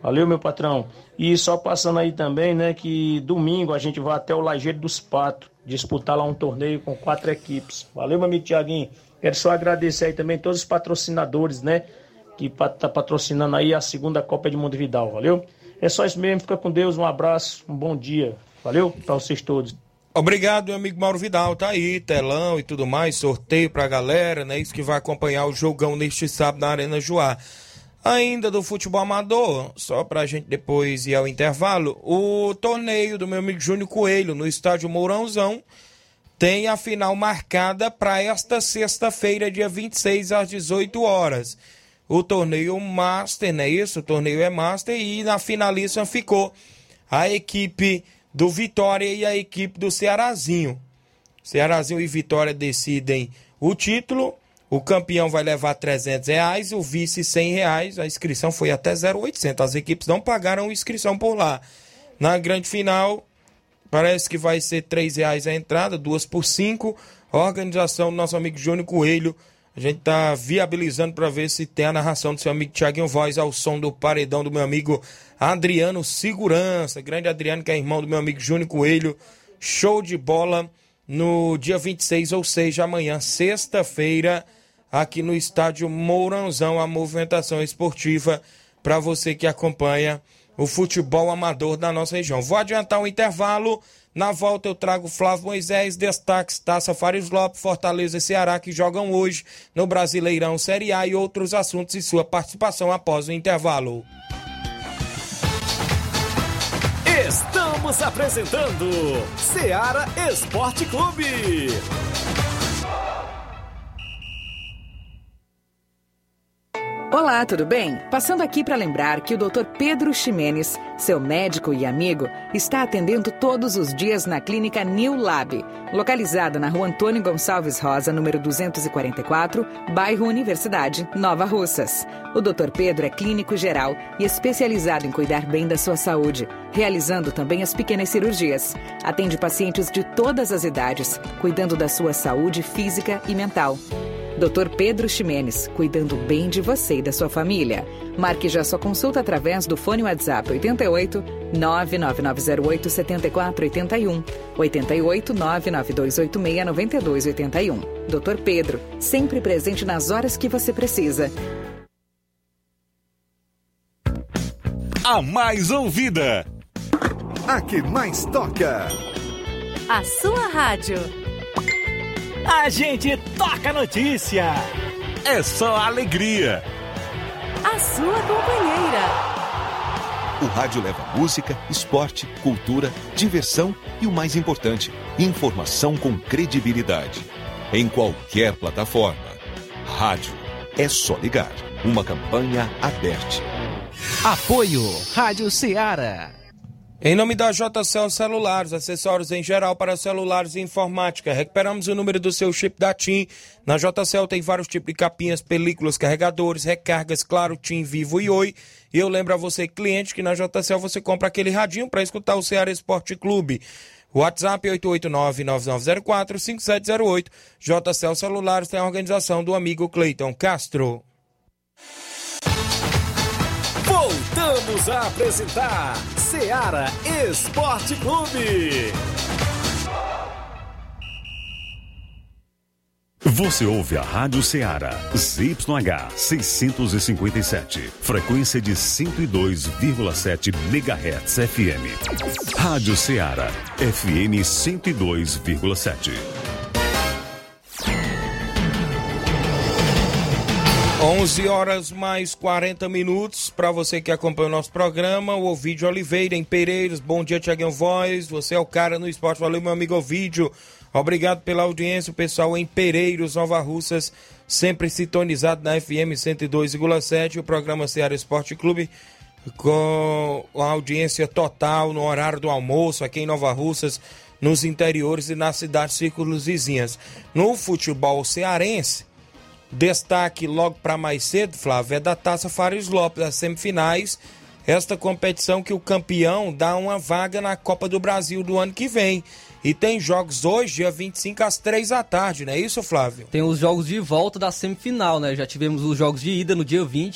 Valeu, meu patrão. E só passando aí também, né, que domingo a gente vai até o Lajeiro dos Patos disputar lá um torneio com quatro equipes. Valeu, meu amigo Tiaguinho. Quero só agradecer aí também todos os patrocinadores, né, que tá patrocinando aí a segunda Copa de Mundo Vidal, valeu? É só isso mesmo, fica com Deus, um abraço, um bom dia. Valeu pra vocês todos. Obrigado, meu amigo Mauro Vidal, tá aí, telão e tudo mais, sorteio pra galera, né? Isso que vai acompanhar o jogão neste sábado na Arena Joá. Ainda do futebol amador, só pra gente depois ir ao intervalo, o torneio do meu amigo Júnior Coelho, no estádio Mourãozão, tem a final marcada para esta sexta-feira, dia vinte e seis, às dezoito horas. O torneio Master, não é isso? O torneio é Master e na finalíssima ficou a equipe do Vitória e a equipe do Cearazinho. Cearazinho e Vitória decidem o título. O campeão vai levar trezentos reais, o vice cem reais. A inscrição foi até zero vírgula oitocentos. As equipes não pagaram inscrição por lá. Na grande final, parece que vai ser três reais a entrada, duas por cinco. A organização do nosso amigo Júnior Coelho. A gente tá viabilizando para ver se tem a narração do seu amigo Thiaguinho Voz ao som do paredão do meu amigo Adriano Segurança. Grande Adriano, que é irmão do meu amigo Júnior Coelho. Show de bola no dia vinte e seis, ou seja, amanhã, sexta-feira, aqui no estádio Mourãozão, a movimentação esportiva para você que acompanha o futebol amador da nossa região. Vou adiantar um intervalo. Na volta eu trago Flávio Moisés, destaques Taça Fares Lopes, Fortaleza e Ceará, que jogam hoje no Brasileirão Série A, e outros assuntos e sua participação após o intervalo. Estamos apresentando Ceará Esporte Clube. Olá, tudo bem? Passando aqui para lembrar que o doutor Pedro Ximenes, seu médico e amigo, está atendendo todos os dias na clínica New Lab, localizada na rua Antônio Gonçalves Rosa, número duzentos e quarenta e quatro, bairro Universidade, Nova Russas. O doutor Pedro é clínico geral e especializado em cuidar bem da sua saúde, realizando também as pequenas cirurgias. Atende pacientes de todas as idades, cuidando da sua saúde física e mental. doutor Pedro Ximenes, cuidando bem de você e da sua família. Marque já sua consulta através do fone WhatsApp oito oito, nove nove nove zero oito, sete quatro oito um, oito oito, nove nove dois oito seis, nove dois oito um. doutor Pedro, sempre presente nas horas que você precisa. A mais ouvida, a que mais toca, a sua rádio. A gente toca a notícia. É só alegria. A sua companheira. O rádio leva música, esporte, cultura, diversão e o mais importante, informação com credibilidade. Em qualquer plataforma. Rádio é só ligar. Uma campanha aberta. Apoio Rádio Ceará. Em nome da J C L Celulares, acessórios em geral para celulares e informática. Recuperamos o número do seu chip da TIM. Na J C L tem vários tipos de capinhas, películas, carregadores, recargas, claro, TIM, Vivo e Oi. E eu lembro a você, cliente, que na J C L você compra aquele radinho para escutar o Ceará Esporte Clube. WhatsApp oito oito nove, nove nove zero quatro, cinco sete zero oito. J C L Celulares tem a organização do amigo Cleiton Castro. Voltamos a apresentar Ceará Esporte Clube. Você ouve a Rádio Ceará, Z Y H seiscentos e cinquenta e sete, frequência de cento e dois vírgula sete megahertz F M. Rádio Ceará, F M cento e dois vírgula sete. onze horas mais quarenta minutos, para você que acompanha o nosso programa, o Ovídio Oliveira em Pereiros. Bom dia, Thiaguinho Voz, você é o cara no esporte. Valeu, meu amigo Ovídio, obrigado pela audiência. O pessoal em Pereiros, Nova Russas, sempre sintonizado na F M cento e dois vírgula sete, o programa Ceará Esporte Clube, com a audiência total no horário do almoço, aqui em Nova Russas, nos interiores e nas cidades círculos vizinhas. No futebol cearense, destaque logo para mais cedo, Flávio, é da Taça Fares Lopes, as semifinais. Esta competição que o campeão dá uma vaga na Copa do Brasil do ano que vem. E tem jogos hoje, dia vinte e cinco, às três da tarde, não é isso, Flávio? Tem os jogos de volta da semifinal, né? Já tivemos os jogos de ida no dia vinte.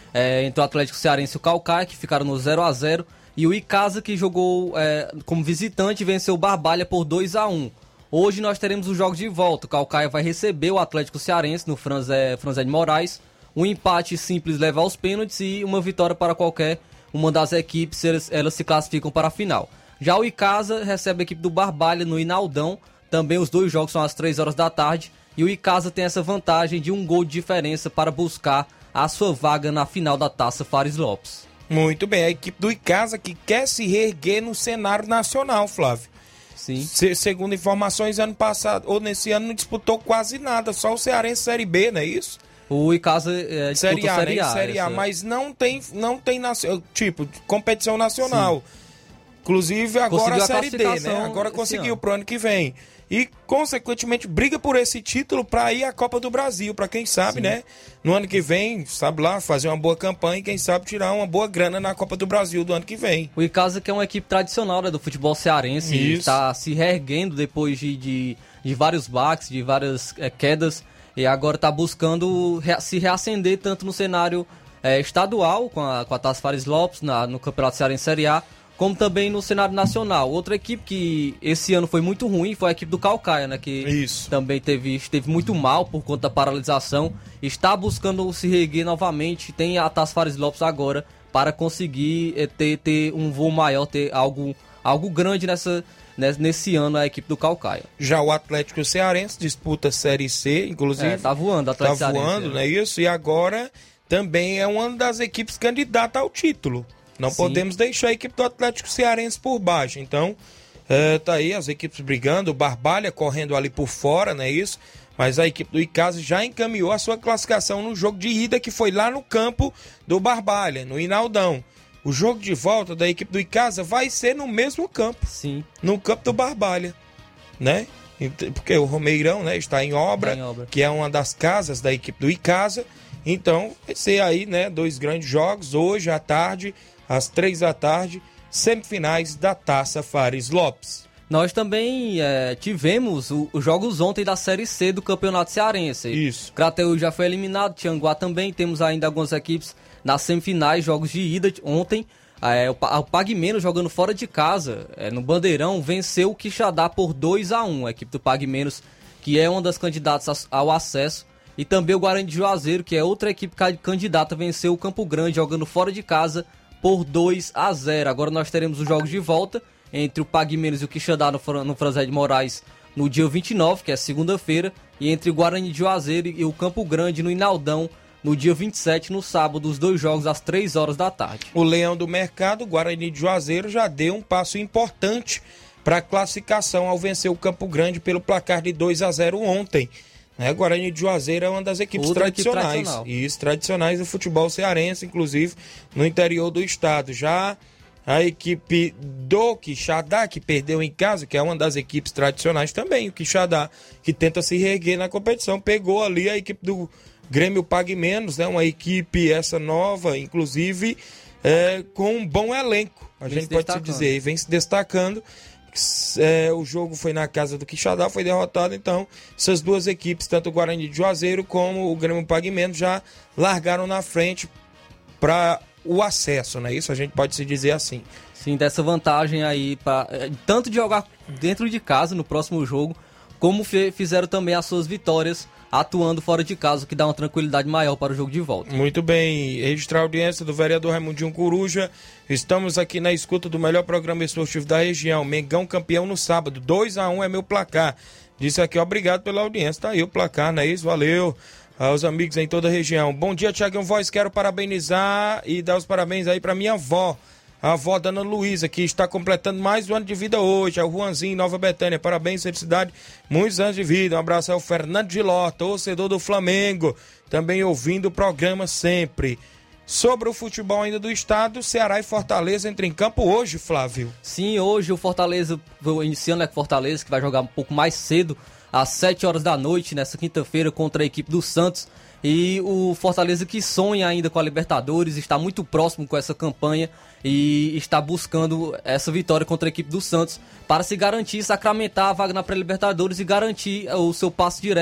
é, entre o Atlético Cearense e o Caucaia, que ficaram no zero a zero, e o Icasa, que jogou é, como visitante, venceu o Barbalha por dois a um. Hoje nós teremos os jogos de volta. O Caucaia vai receber o Atlético Cearense no Franzé, Franzé de Moraes. Um empate simples leva aos pênaltis e uma vitória para qualquer uma das equipes, elas, elas se classificam para a final. Já o Icasa recebe a equipe do Barbalha no Inaldão. Também os dois jogos são às três horas da tarde. E o Icasa tem essa vantagem de um gol de diferença para buscar a sua vaga na final da Taça Fares Lopes. Muito bem, a equipe do Icasa que quer se reerguer no cenário nacional, Flávio. Sim. Se, segundo informações, ano passado, ou nesse ano, não disputou quase nada, só o Cearense Série B, não é isso? O Icasa é, Série A, Série né? A, Série A, essa... mas não tem, não tem tipo, competição nacional. Sim. Inclusive agora conseguiu a Série D, né? Agora conseguiu pro ano que vem. E, consequentemente, briga por esse título para ir à Copa do Brasil, para quem sabe, Sim. né? No ano que vem, sabe lá, fazer uma boa campanha e quem sabe tirar uma boa grana na Copa do Brasil do ano que vem. O Icasa, que é uma equipe tradicional, né, do futebol cearense, está se reerguendo depois de, de, de vários baques, de várias é, quedas, e agora está buscando rea- se reacender tanto no cenário é, estadual, com a, com a Taça Fares Lopes, na, no Campeonato Cearense Série A, como também no cenário nacional. Outra equipe que esse ano foi muito ruim foi a equipe do Caucaia, né? Que Isso. também teve, esteve muito mal por conta da paralisação. Está buscando se reerguer novamente. Tem a Taça Fares Lopes agora para conseguir é, ter, ter um voo maior, ter algo, algo grande nessa, nesse ano a equipe do Caucaia. Já o Atlético Cearense disputa a Série C, inclusive. É, tá voando, o Atlético Tá voando, Cearense, não é isso? E agora também é uma das equipes candidata ao título. Não Sim. podemos deixar a equipe do Atlético Cearense por baixo. Então, é, tá aí as equipes brigando, o Barbalha correndo ali por fora, não é isso? Mas a equipe do Icasa já encaminhou a sua classificação no jogo de ida, que foi lá no campo do Barbalha, no Inaldão. O jogo de volta da equipe do Icasa vai ser no mesmo campo. Sim. No campo do Barbalha, né? Porque o Romeirão, né, está em obra, está em obra, que é uma das casas da equipe do Icasa. Então, vai ser aí, né, dois grandes jogos, hoje à tarde, às três da tarde, semifinais da Taça Fares Lopes. Nós também é, tivemos os jogos ontem da Série C do Campeonato Cearense. Isso. Crateús já foi eliminado, Tianguá também. Temos ainda algumas equipes nas semifinais, jogos de ida. Ontem, é, o, o Pague Menos jogando fora de casa, é, no Bandeirão, venceu o Quixadá por dois a um. A equipe do Pague Menos, que é uma das candidatas ao acesso. E também o Guarani de Juazeiro, que é outra equipe candidata, venceu o Campo Grande jogando fora de casa por dois a zero. Agora nós teremos os jogos de volta entre o Pague Menos e o Quixadá no, no Franzé de Moraes no dia vinte e nove, que é segunda-feira, e entre o Guarani de Juazeiro e o Campo Grande no Inaldão no dia vinte e sete, no sábado, os dois jogos às três horas da tarde. O Leão do Mercado, o Guarani de Juazeiro, já deu um passo importante para a classificação ao vencer o Campo Grande pelo placar de dois a zero ontem. Né? Guarani de Juazeiro é uma das equipes Outra tradicionais, equipe e isso, tradicionais do futebol cearense, inclusive no interior do estado. Já a equipe do Quixadá, que perdeu em casa, que é uma das equipes tradicionais também, o Quixadá, que tenta se reerguer na competição, pegou ali a equipe do Grêmio Pague Menos, né? Uma equipe essa nova, inclusive é, com um bom elenco, a vem gente pode se dizer, e vem se destacando. É, o jogo foi na casa do Quixadá, foi derrotado, então essas duas equipes, tanto o Guarani de Juazeiro como o Grêmio Pague Menos, já largaram na frente para o acesso, não é isso? A gente pode se dizer assim. Sim, dessa vantagem aí, pra, tanto de jogar dentro de casa no próximo jogo, como fe, fizeram também as suas vitórias atuando fora de casa, o que dá uma tranquilidade maior para o jogo de volta. Muito bem, registrar a audiência do vereador Raimundinho Coruja. Estamos aqui na escuta do melhor programa esportivo da região. Mengão campeão no sábado, dois a um é meu placar. Disse aqui, obrigado pela audiência. Tá aí o placar, não é isso? Valeu aos amigos em toda a região. Bom dia, Tiaguinho Voz, quero parabenizar e dar os parabéns aí para minha avó, a avó Dona Luísa, que está completando mais um ano de vida hoje, é o Juanzinho, Nova Betânia. Parabéns, felicidade, muitos anos de vida. Um abraço ao Fernando de Ló, torcedor do Flamengo, também ouvindo o programa sempre. Sobre o futebol ainda do estado, Ceará e Fortaleza entram em campo hoje, Flávio. Sim, hoje o Fortaleza, iniciando a Fortaleza, que vai jogar um pouco mais cedo, às sete horas da noite, nessa quinta-feira, contra a equipe do Santos. E o Fortaleza, que sonha ainda com a Libertadores, está muito próximo com essa campanha e está buscando essa vitória contra a equipe do Santos para se garantir, sacramentar a vaga na pré-Libertadores e garantir o seu passo direto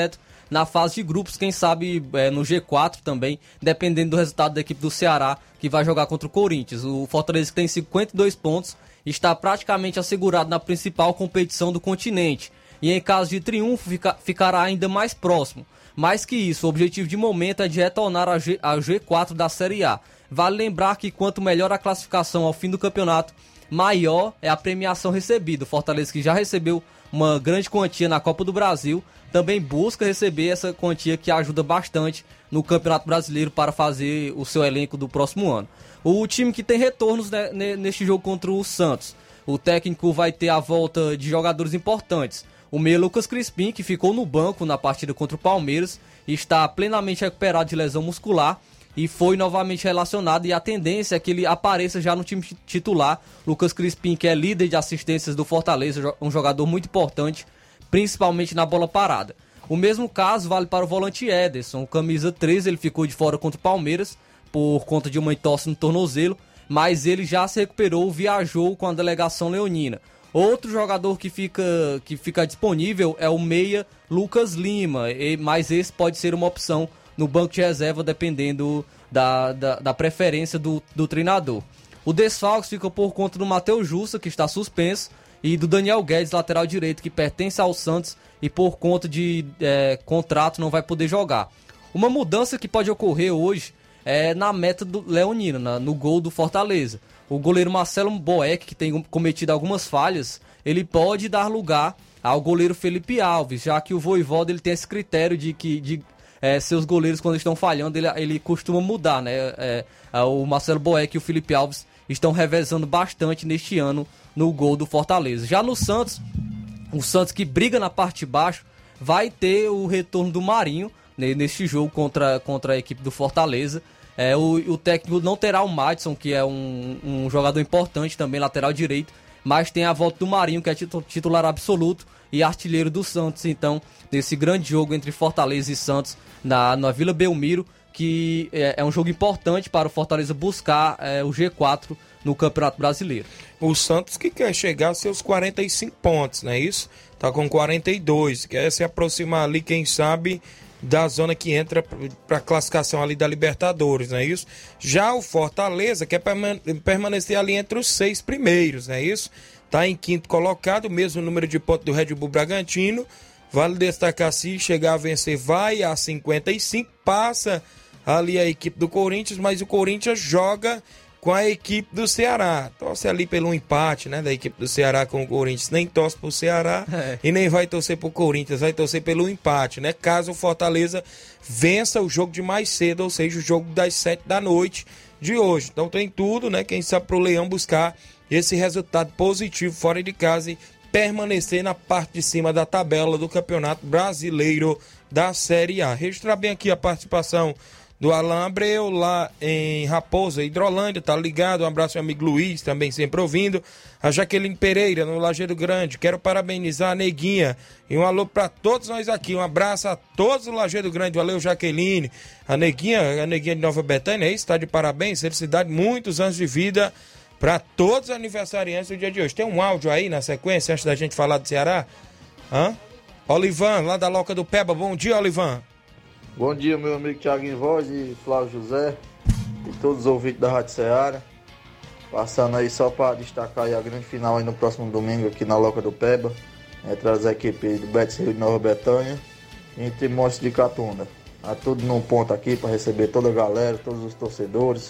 na fase de grupos, quem sabe é, no G quatro também, dependendo do resultado da equipe do Ceará, que vai jogar contra o Corinthians. O Fortaleza, que tem cinquenta e dois pontos, está praticamente assegurado na principal competição do continente. E em caso de triunfo, fica, ficará ainda mais próximo. Mais que isso, o objetivo de momento é de retornar a, G, a G quatro da Série A. Vale lembrar que quanto melhor a classificação ao fim do campeonato, maior é a premiação recebida. O Fortaleza, que já recebeu uma grande quantia na Copa do Brasil, também busca receber essa quantia que ajuda bastante no Campeonato Brasileiro para fazer o seu elenco do próximo ano. O time que tem retornos, né, neste jogo contra o Santos, o técnico vai ter a volta de jogadores importantes. O meia Lucas Crispim, que ficou no banco na partida contra o Palmeiras, está plenamente recuperado de lesão muscular e foi novamente relacionado, e a tendência é que ele apareça já no time titular. Lucas Crispim, que é líder de assistências do Fortaleza, um jogador muito importante, principalmente na bola parada. O mesmo caso vale para o volante Ederson, o camisa treze, ele ficou de fora contra o Palmeiras por conta de uma entorse no tornozelo, mas ele já se recuperou, viajou com a delegação leonina. Outro jogador que fica, que fica disponível é o meia Lucas Lima, mas esse pode ser uma opção no banco de reserva, dependendo da, da, da preferência do, do treinador. O desfalque fica por conta do Matheus Jussa, que está suspenso, e do Daniel Guedes, lateral direito, que pertence ao Santos e por conta de é, contrato não vai poder jogar. Uma mudança que pode ocorrer hoje é na meta do Leonino, na, no gol do Fortaleza. O goleiro Marcelo Boeck, que tem cometido algumas falhas, ele pode dar lugar ao goleiro Felipe Alves, já que o Vojvoda ele tem esse critério de que de, é, seus goleiros, quando estão falhando, ele, ele costuma mudar, né? É, é, o Marcelo Boeck e o Felipe Alves estão revezando bastante neste ano no gol do Fortaleza. Já no Santos, o Santos, que briga na parte de baixo, vai ter o retorno do Marinho, né, neste jogo contra, contra a equipe do Fortaleza. É, o, o técnico não terá o Madison, que é um, um jogador importante também, lateral direito, mas tem a volta do Marinho, que é titular absoluto e artilheiro do Santos. Então, nesse grande jogo entre Fortaleza e Santos na, na Vila Belmiro, que é, é um jogo importante para o Fortaleza buscar é, o G quatro no Campeonato Brasileiro. O Santos que quer chegar a seus quarenta e cinco pontos, não é isso? Tá com quarenta e dois, quer se aproximar ali, quem sabe, da zona que entra para a classificação ali da Libertadores, não é isso? Já o Fortaleza quer permanecer ali entre os seis primeiros, não é isso? Tá em quinto colocado, mesmo número de pontos do Red Bull Bragantino. Vale destacar, se chegar a vencer, vai a cinquenta e cinco, passa ali a equipe do Corinthians, mas o Corinthians joga com a equipe do Ceará. Torce ali pelo empate, né, da equipe do Ceará com o Corinthians. Nem torce pro Ceará é. e nem vai torcer pro Corinthians, vai torcer pelo empate, né? Caso o Fortaleza vença o jogo de mais cedo, ou seja, o jogo das sete da noite de hoje. Então tem tudo, né? Quem sabe pro Leão buscar esse resultado positivo fora de casa e permanecer na parte de cima da tabela do Campeonato Brasileiro da Série A. Registrar bem aqui a participação do Alain Abreu, lá em Raposa, Hidrolândia, tá ligado? Um abraço ao amigo Luiz, também sempre ouvindo. A Jaqueline Pereira, no Lajeado Grande. Quero parabenizar a Neguinha. E um alô pra todos nós aqui. Um abraço a todos do Lajeado Grande. Valeu, Jaqueline. A Neguinha, a Neguinha de Nova Betânia, aí está de parabéns. Felicidade, muitos anos de vida para todos os aniversariantes do dia de hoje. Tem um áudio aí na sequência, antes da gente falar do Ceará? Hã? Olivan, lá da Loca do Peba. Bom dia, Olivan. Bom dia, meu amigo Thiaguinho Voz e Flávio José e todos os ouvintes da Rádio Ceará. Passando aí só para destacar aí a grande final aí no próximo domingo aqui na Loca do Peba, entre as equipes do Betis Rio de Nova Betânia e entre Montes de Catunda. Tá tudo num ponto aqui para receber toda a galera, todos os torcedores.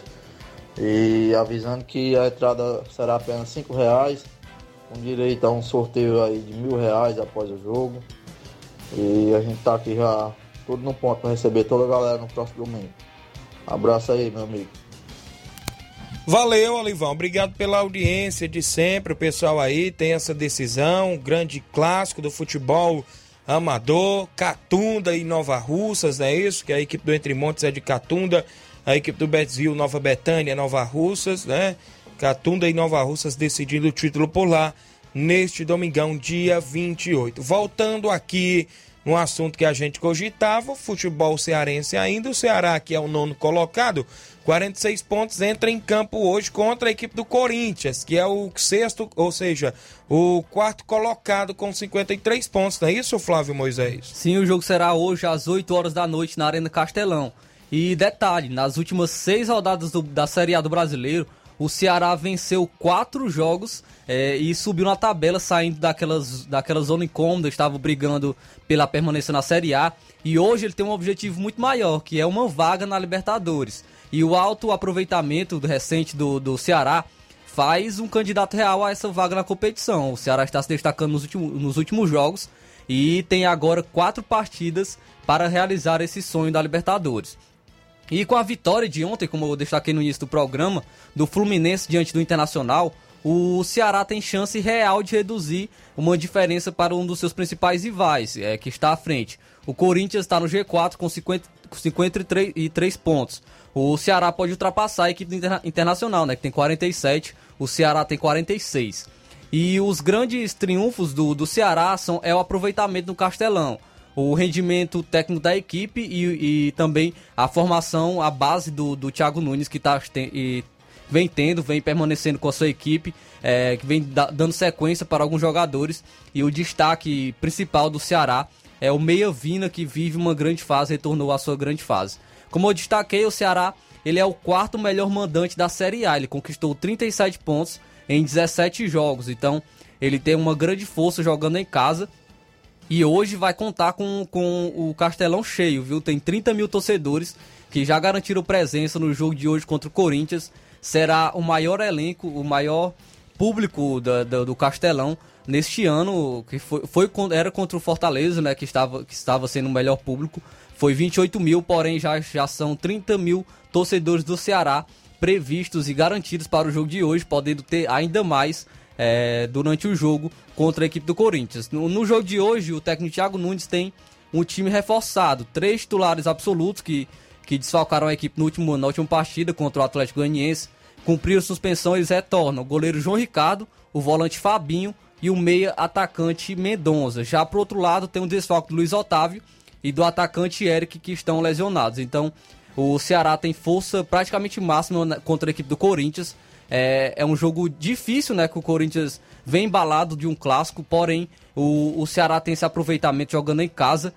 E avisando que a entrada será apenas cinco reais, com direito a um sorteio aí de mil reais após o jogo. E a gente tá aqui já tudo no ponto para receber toda a galera no próximo domingo. Abraço aí, meu amigo. Valeu, Olivão. Obrigado pela audiência de sempre. O pessoal aí tem essa decisão. Grande clássico do futebol amador. Catunda e Nova Russas, não é isso? Que a equipe do Entre Montes é de Catunda. A equipe do Betzville, Nova Betânia, Nova Russas, né? Catunda e Nova Russas decidindo o título por lá neste domingão, dia vinte e oito. Voltando aqui um assunto que a gente cogitava, o futebol cearense ainda, o Ceará, que é o nono colocado, quarenta e seis pontos, entra em campo hoje contra a equipe do Corinthians, que é o sexto, ou seja, o quarto colocado com cinquenta e três pontos, não é isso, Flávio Moisés? Sim, o jogo será hoje às oito horas da noite na Arena Castelão. E detalhe, nas últimas seis rodadas do, da Série A do Brasileiro, o Ceará venceu quatro jogos é, e subiu na tabela, saindo daquelas, daquela zona incômoda, estava brigando pela permanência na Série A. E hoje ele tem um objetivo muito maior, que é uma vaga na Libertadores. E o alto aproveitamento recente do, do Ceará faz um candidato real a essa vaga na competição. O Ceará está se destacando nos últimos, nos últimos jogos e tem agora quatro partidas para realizar esse sonho da Libertadores. E com a vitória de ontem, como eu destaquei no início do programa, do Fluminense diante do Internacional, o Ceará tem chance real de reduzir uma diferença para um dos seus principais rivais, é, que está à frente. O Corinthians está no G quatro com cinquenta, cinquenta e três pontos. O Ceará pode ultrapassar a equipe interna- internacional, né, que tem quarenta e sete, o Ceará tem quarenta e seis. E os grandes triunfos do, do Ceará são, é o aproveitamento no Castelão, o rendimento técnico da equipe e, e também a formação, a base do, do Thiago Nunes, que tá, tem, e vem tendo, vem permanecendo com a sua equipe, é, que vem da, dando sequência para alguns jogadores. E o destaque principal do Ceará é o Meia Vina, que vive uma grande fase, retornou à sua grande fase. Como eu destaquei, o Ceará ele é o quarto melhor mandante da Série A, ele conquistou trinta e sete pontos em dezessete jogos, então ele tem uma grande força jogando em casa. E hoje vai contar com, com o Castelão cheio, viu? Tem trinta mil torcedores que já garantiram presença no jogo de hoje contra o Corinthians. Será o maior elenco, o maior público da, da, do Castelão neste ano, que foi, foi, era contra o Fortaleza, né? Que estava, que estava sendo o melhor público. Foi vinte e oito mil, porém já, já são trinta mil torcedores do Ceará previstos e garantidos para o jogo de hoje, podendo ter ainda mais É, durante o jogo contra a equipe do Corinthians. No, no jogo de hoje, o técnico Thiago Nunes tem um time reforçado, três titulares absolutos que, que desfalcaram a equipe no último, na última partida contra o Atlético Goianiense. Cumpriram suspensão, eles retornam o goleiro João Ricardo, o volante Fabinho e o meia atacante Mendonça. Já pro outro lado tem o desfalque do Luiz Otávio e do atacante Eric, que estão lesionados. Então o Ceará tem força praticamente máxima contra a equipe do Corinthians. É, é um jogo difícil, né? Que o Corinthians vem embalado de um clássico, porém o, o Ceará tem esse aproveitamento jogando em casa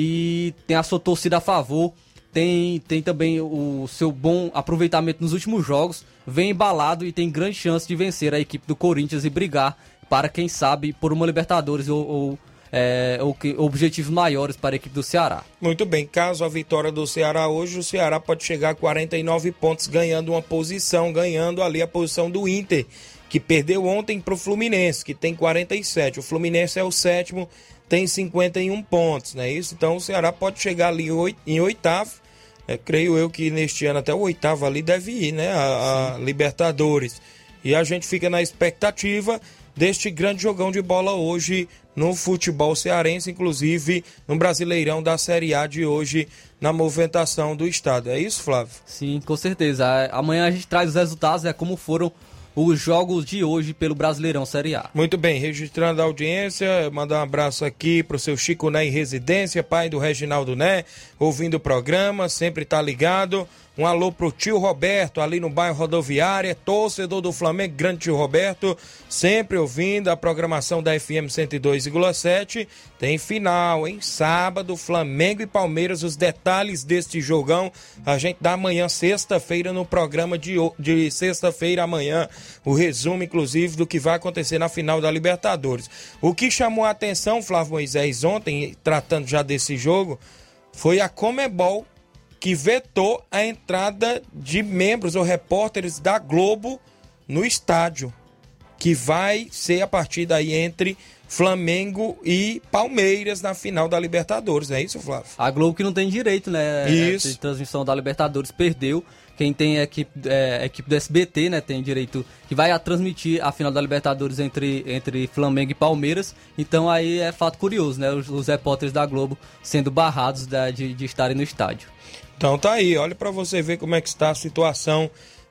e tem a sua torcida a favor, tem, tem também o seu bom aproveitamento nos últimos jogos, vem embalado e tem grande chance de vencer a equipe do Corinthians e brigar para, quem sabe, por uma Libertadores ou, ou É, objetivos maiores para a equipe do Ceará. Muito bem, caso a vitória do Ceará hoje, o Ceará pode chegar a quarenta e nove pontos, ganhando uma posição, ganhando ali a posição do Inter, que perdeu ontem para o Fluminense, que tem quarenta e sete. O Fluminense é o sétimo, tem cinquenta e um pontos, não é isso? Então o Ceará pode chegar ali em oitavo, é, creio eu que neste ano até o oitavo ali deve ir, né, a, a Libertadores. E a gente fica na expectativa deste grande jogão de bola hoje no futebol cearense, inclusive no Brasileirão da Série A de hoje, na movimentação do estado. É isso, Flávio? Sim, com certeza. Amanhã a gente traz os resultados, é como foram os jogos de hoje pelo Brasileirão Série A. Muito bem, registrando a audiência, mandar um abraço aqui pro seu Chico Né em residência, pai do Reginaldo Né, ouvindo o programa, sempre tá ligado. Um alô pro tio Roberto, ali no bairro Rodoviária, torcedor do Flamengo, grande tio Roberto, sempre ouvindo a programação da F M cento e dois vírgula sete. Tem final, hein? Sábado, Flamengo e Palmeiras, os detalhes deste jogão a gente dá amanhã, sexta-feira, no programa de, de sexta-feira amanhã, o resumo, inclusive, do que vai acontecer na final da Libertadores. O que chamou a atenção, Flávio Moisés, ontem, tratando já desse jogo, foi a Conmebol, que vetou a entrada de membros ou repórteres da Globo no estádio, que vai ser a partida aí entre Flamengo e Palmeiras na final da Libertadores, é isso, Flávio? A Globo que não tem direito, né? Isso. De transmissão da Libertadores perdeu. Quem tem a equipe, é, a equipe do S B T, né, tem direito, que vai a transmitir a final da Libertadores entre, entre Flamengo e Palmeiras. Então aí é fato curioso, né? Os, os repórteres da Globo sendo barrados da, de, de estarem no estádio. Então tá aí, olha pra você ver como é que está a situação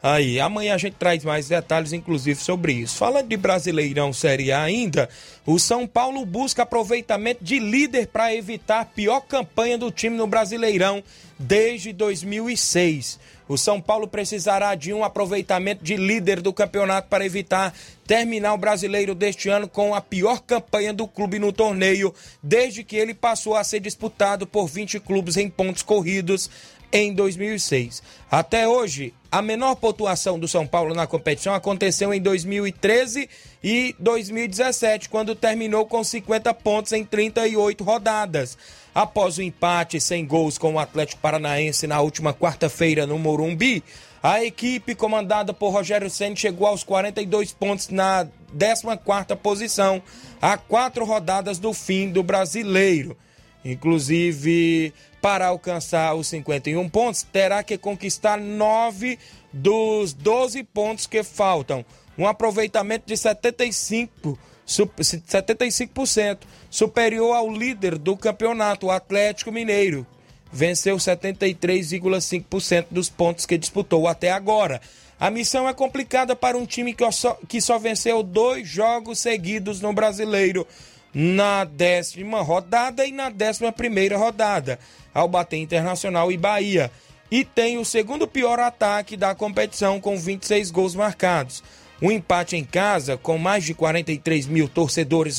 Aí, amanhã a gente traz mais detalhes, inclusive, sobre isso. Falando de Brasileirão Série A ainda, o São Paulo busca aproveitamento de líder para evitar a pior campanha do time no Brasileirão desde dois mil e seis. O São Paulo precisará de um aproveitamento de líder do campeonato para evitar terminar o brasileiro deste ano com a pior campanha do clube no torneio, desde que ele passou a ser disputado por vinte clubes em pontos corridos em dois mil e seis. Até hoje, a menor pontuação do São Paulo na competição aconteceu em dois mil e treze e dois mil e dezessete, quando terminou com cinquenta pontos em trinta e oito rodadas. Após o empate sem gols com o Atlético Paranaense na última quarta-feira no Morumbi, a equipe comandada por Rogério Ceni chegou aos quarenta e dois pontos na décima quarta posição, a quatro rodadas do fim do brasileiro. Inclusive, para alcançar os cinquenta e um pontos, terá que conquistar nove dos doze pontos que faltam. Um aproveitamento de setenta e cinco por cento, superior ao líder do campeonato, o Atlético Mineiro. Venceu setenta e três vírgula cinco por cento dos pontos que disputou até agora. A missão é complicada para um time que só, que só venceu dois jogos seguidos no Brasileiro, na décima rodada e na décima primeira rodada, ao bater Internacional e Bahia. E tem o segundo pior ataque da competição, com vinte e seis gols marcados. O empate em casa, com mais de quarenta e três mil torcedores,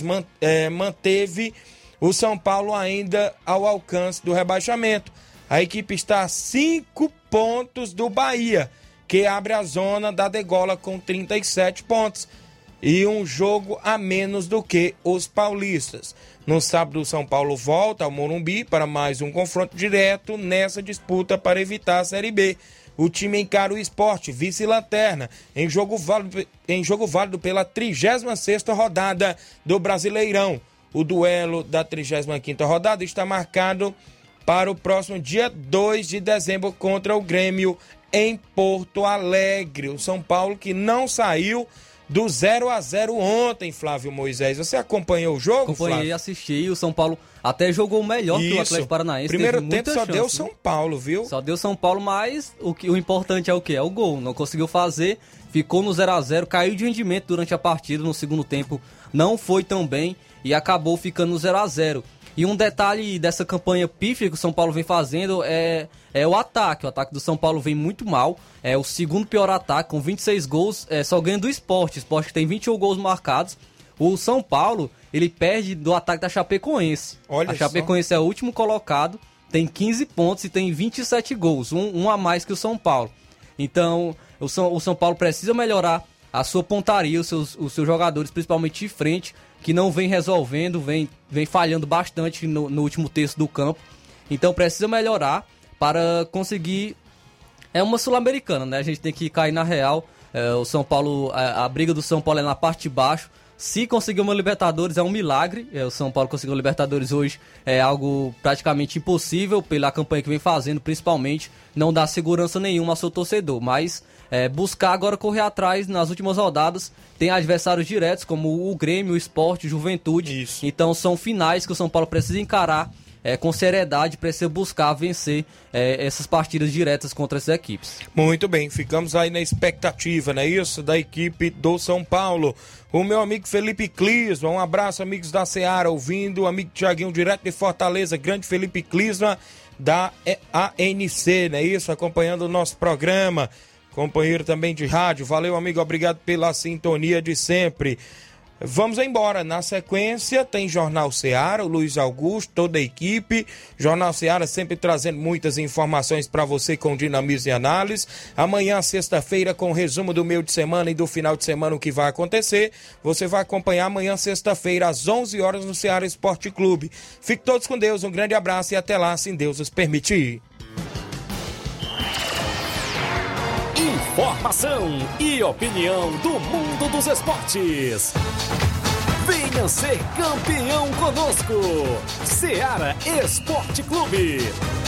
manteve o São Paulo ainda ao alcance do rebaixamento. A equipe está a cinco pontos do Bahia, que abre a zona da degola com trinta e sete pontos. E um jogo a menos do que os paulistas. No sábado, o São Paulo volta ao Morumbi para mais um confronto direto nessa disputa para evitar a Série B. O time encara o Sport, vice-lanterna, em jogo válido, em jogo válido pela trigésima sexta rodada do Brasileirão. O duelo da trigésima quinta rodada está marcado para o próximo dia dois de dezembro contra o Grêmio em Porto Alegre. O São Paulo, que não saiu do zero a zero ontem, Flávio Moisés. Você acompanhou o jogo, Acompanhei, Flávio? assisti. O São Paulo até jogou melhor Isso. que o Atlético Paranaense. Primeiro Teve tempo só chance, deu São Paulo, viu? Só deu São Paulo, mas o, que, o importante é o quê? É o gol. Não conseguiu fazer, ficou no zero a zero, caiu de rendimento durante a partida. No segundo tempo não foi tão bem e acabou ficando no zero a zero. E um detalhe dessa campanha pífia que o São Paulo vem fazendo é, é o ataque. O ataque do São Paulo vem muito mal. É o segundo pior ataque, com vinte e seis gols, é, só ganha do Sport. O Sport tem vinte e um gols marcados. O São Paulo, ele perde do ataque da Chapecoense. Olha a Chapecoense só. é o último colocado, tem quinze pontos e tem vinte e sete gols. Um, um a mais que o São Paulo. Então, o São, o São Paulo precisa melhorar a sua pontaria, os seus, os seus jogadores, principalmente de frente, que não vem resolvendo, vem, vem falhando bastante no, no último terço do campo. Então precisa melhorar para conseguir... É uma Sul-Americana, né? A gente tem que cair na real. É, o São Paulo, a, a briga do São Paulo é na parte de baixo. Se conseguir uma Libertadores é um milagre. É, o São Paulo conseguiu uma Libertadores hoje é algo praticamente impossível pela campanha que vem fazendo, principalmente. Não dá segurança nenhuma ao seu torcedor, mas... É, buscar agora correr atrás nas últimas rodadas. Tem adversários diretos como o Grêmio, o Sport, Juventude. Isso. Então são finais que o São Paulo precisa encarar é, com seriedade, precisa buscar vencer é, essas partidas diretas contra essas equipes. Muito bem, ficamos aí na expectativa, não é isso? Da equipe do São Paulo. O meu amigo Felipe Clisma, um abraço, amigos da Seara, ouvindo, o amigo Tiaguinho, direto de Fortaleza, grande Felipe Clisma da A N C, não é isso? Acompanhando o nosso programa. Companheiro também de rádio, valeu amigo, obrigado pela sintonia de sempre. Vamos embora, na sequência tem Jornal Seara, o Luiz Augusto, toda a equipe. Jornal Seara sempre trazendo muitas informações para você com dinamismo e análise. Amanhã, sexta-feira, com o resumo do meio de semana e do final de semana, o que vai acontecer. Você vai acompanhar amanhã, sexta-feira, às onze horas, no Seara Esporte Clube. Fiquem todos com Deus, um grande abraço e até lá, se Deus os permitir. Informação e opinião do mundo dos esportes. Venha ser campeão conosco. Seara Esporte Clube.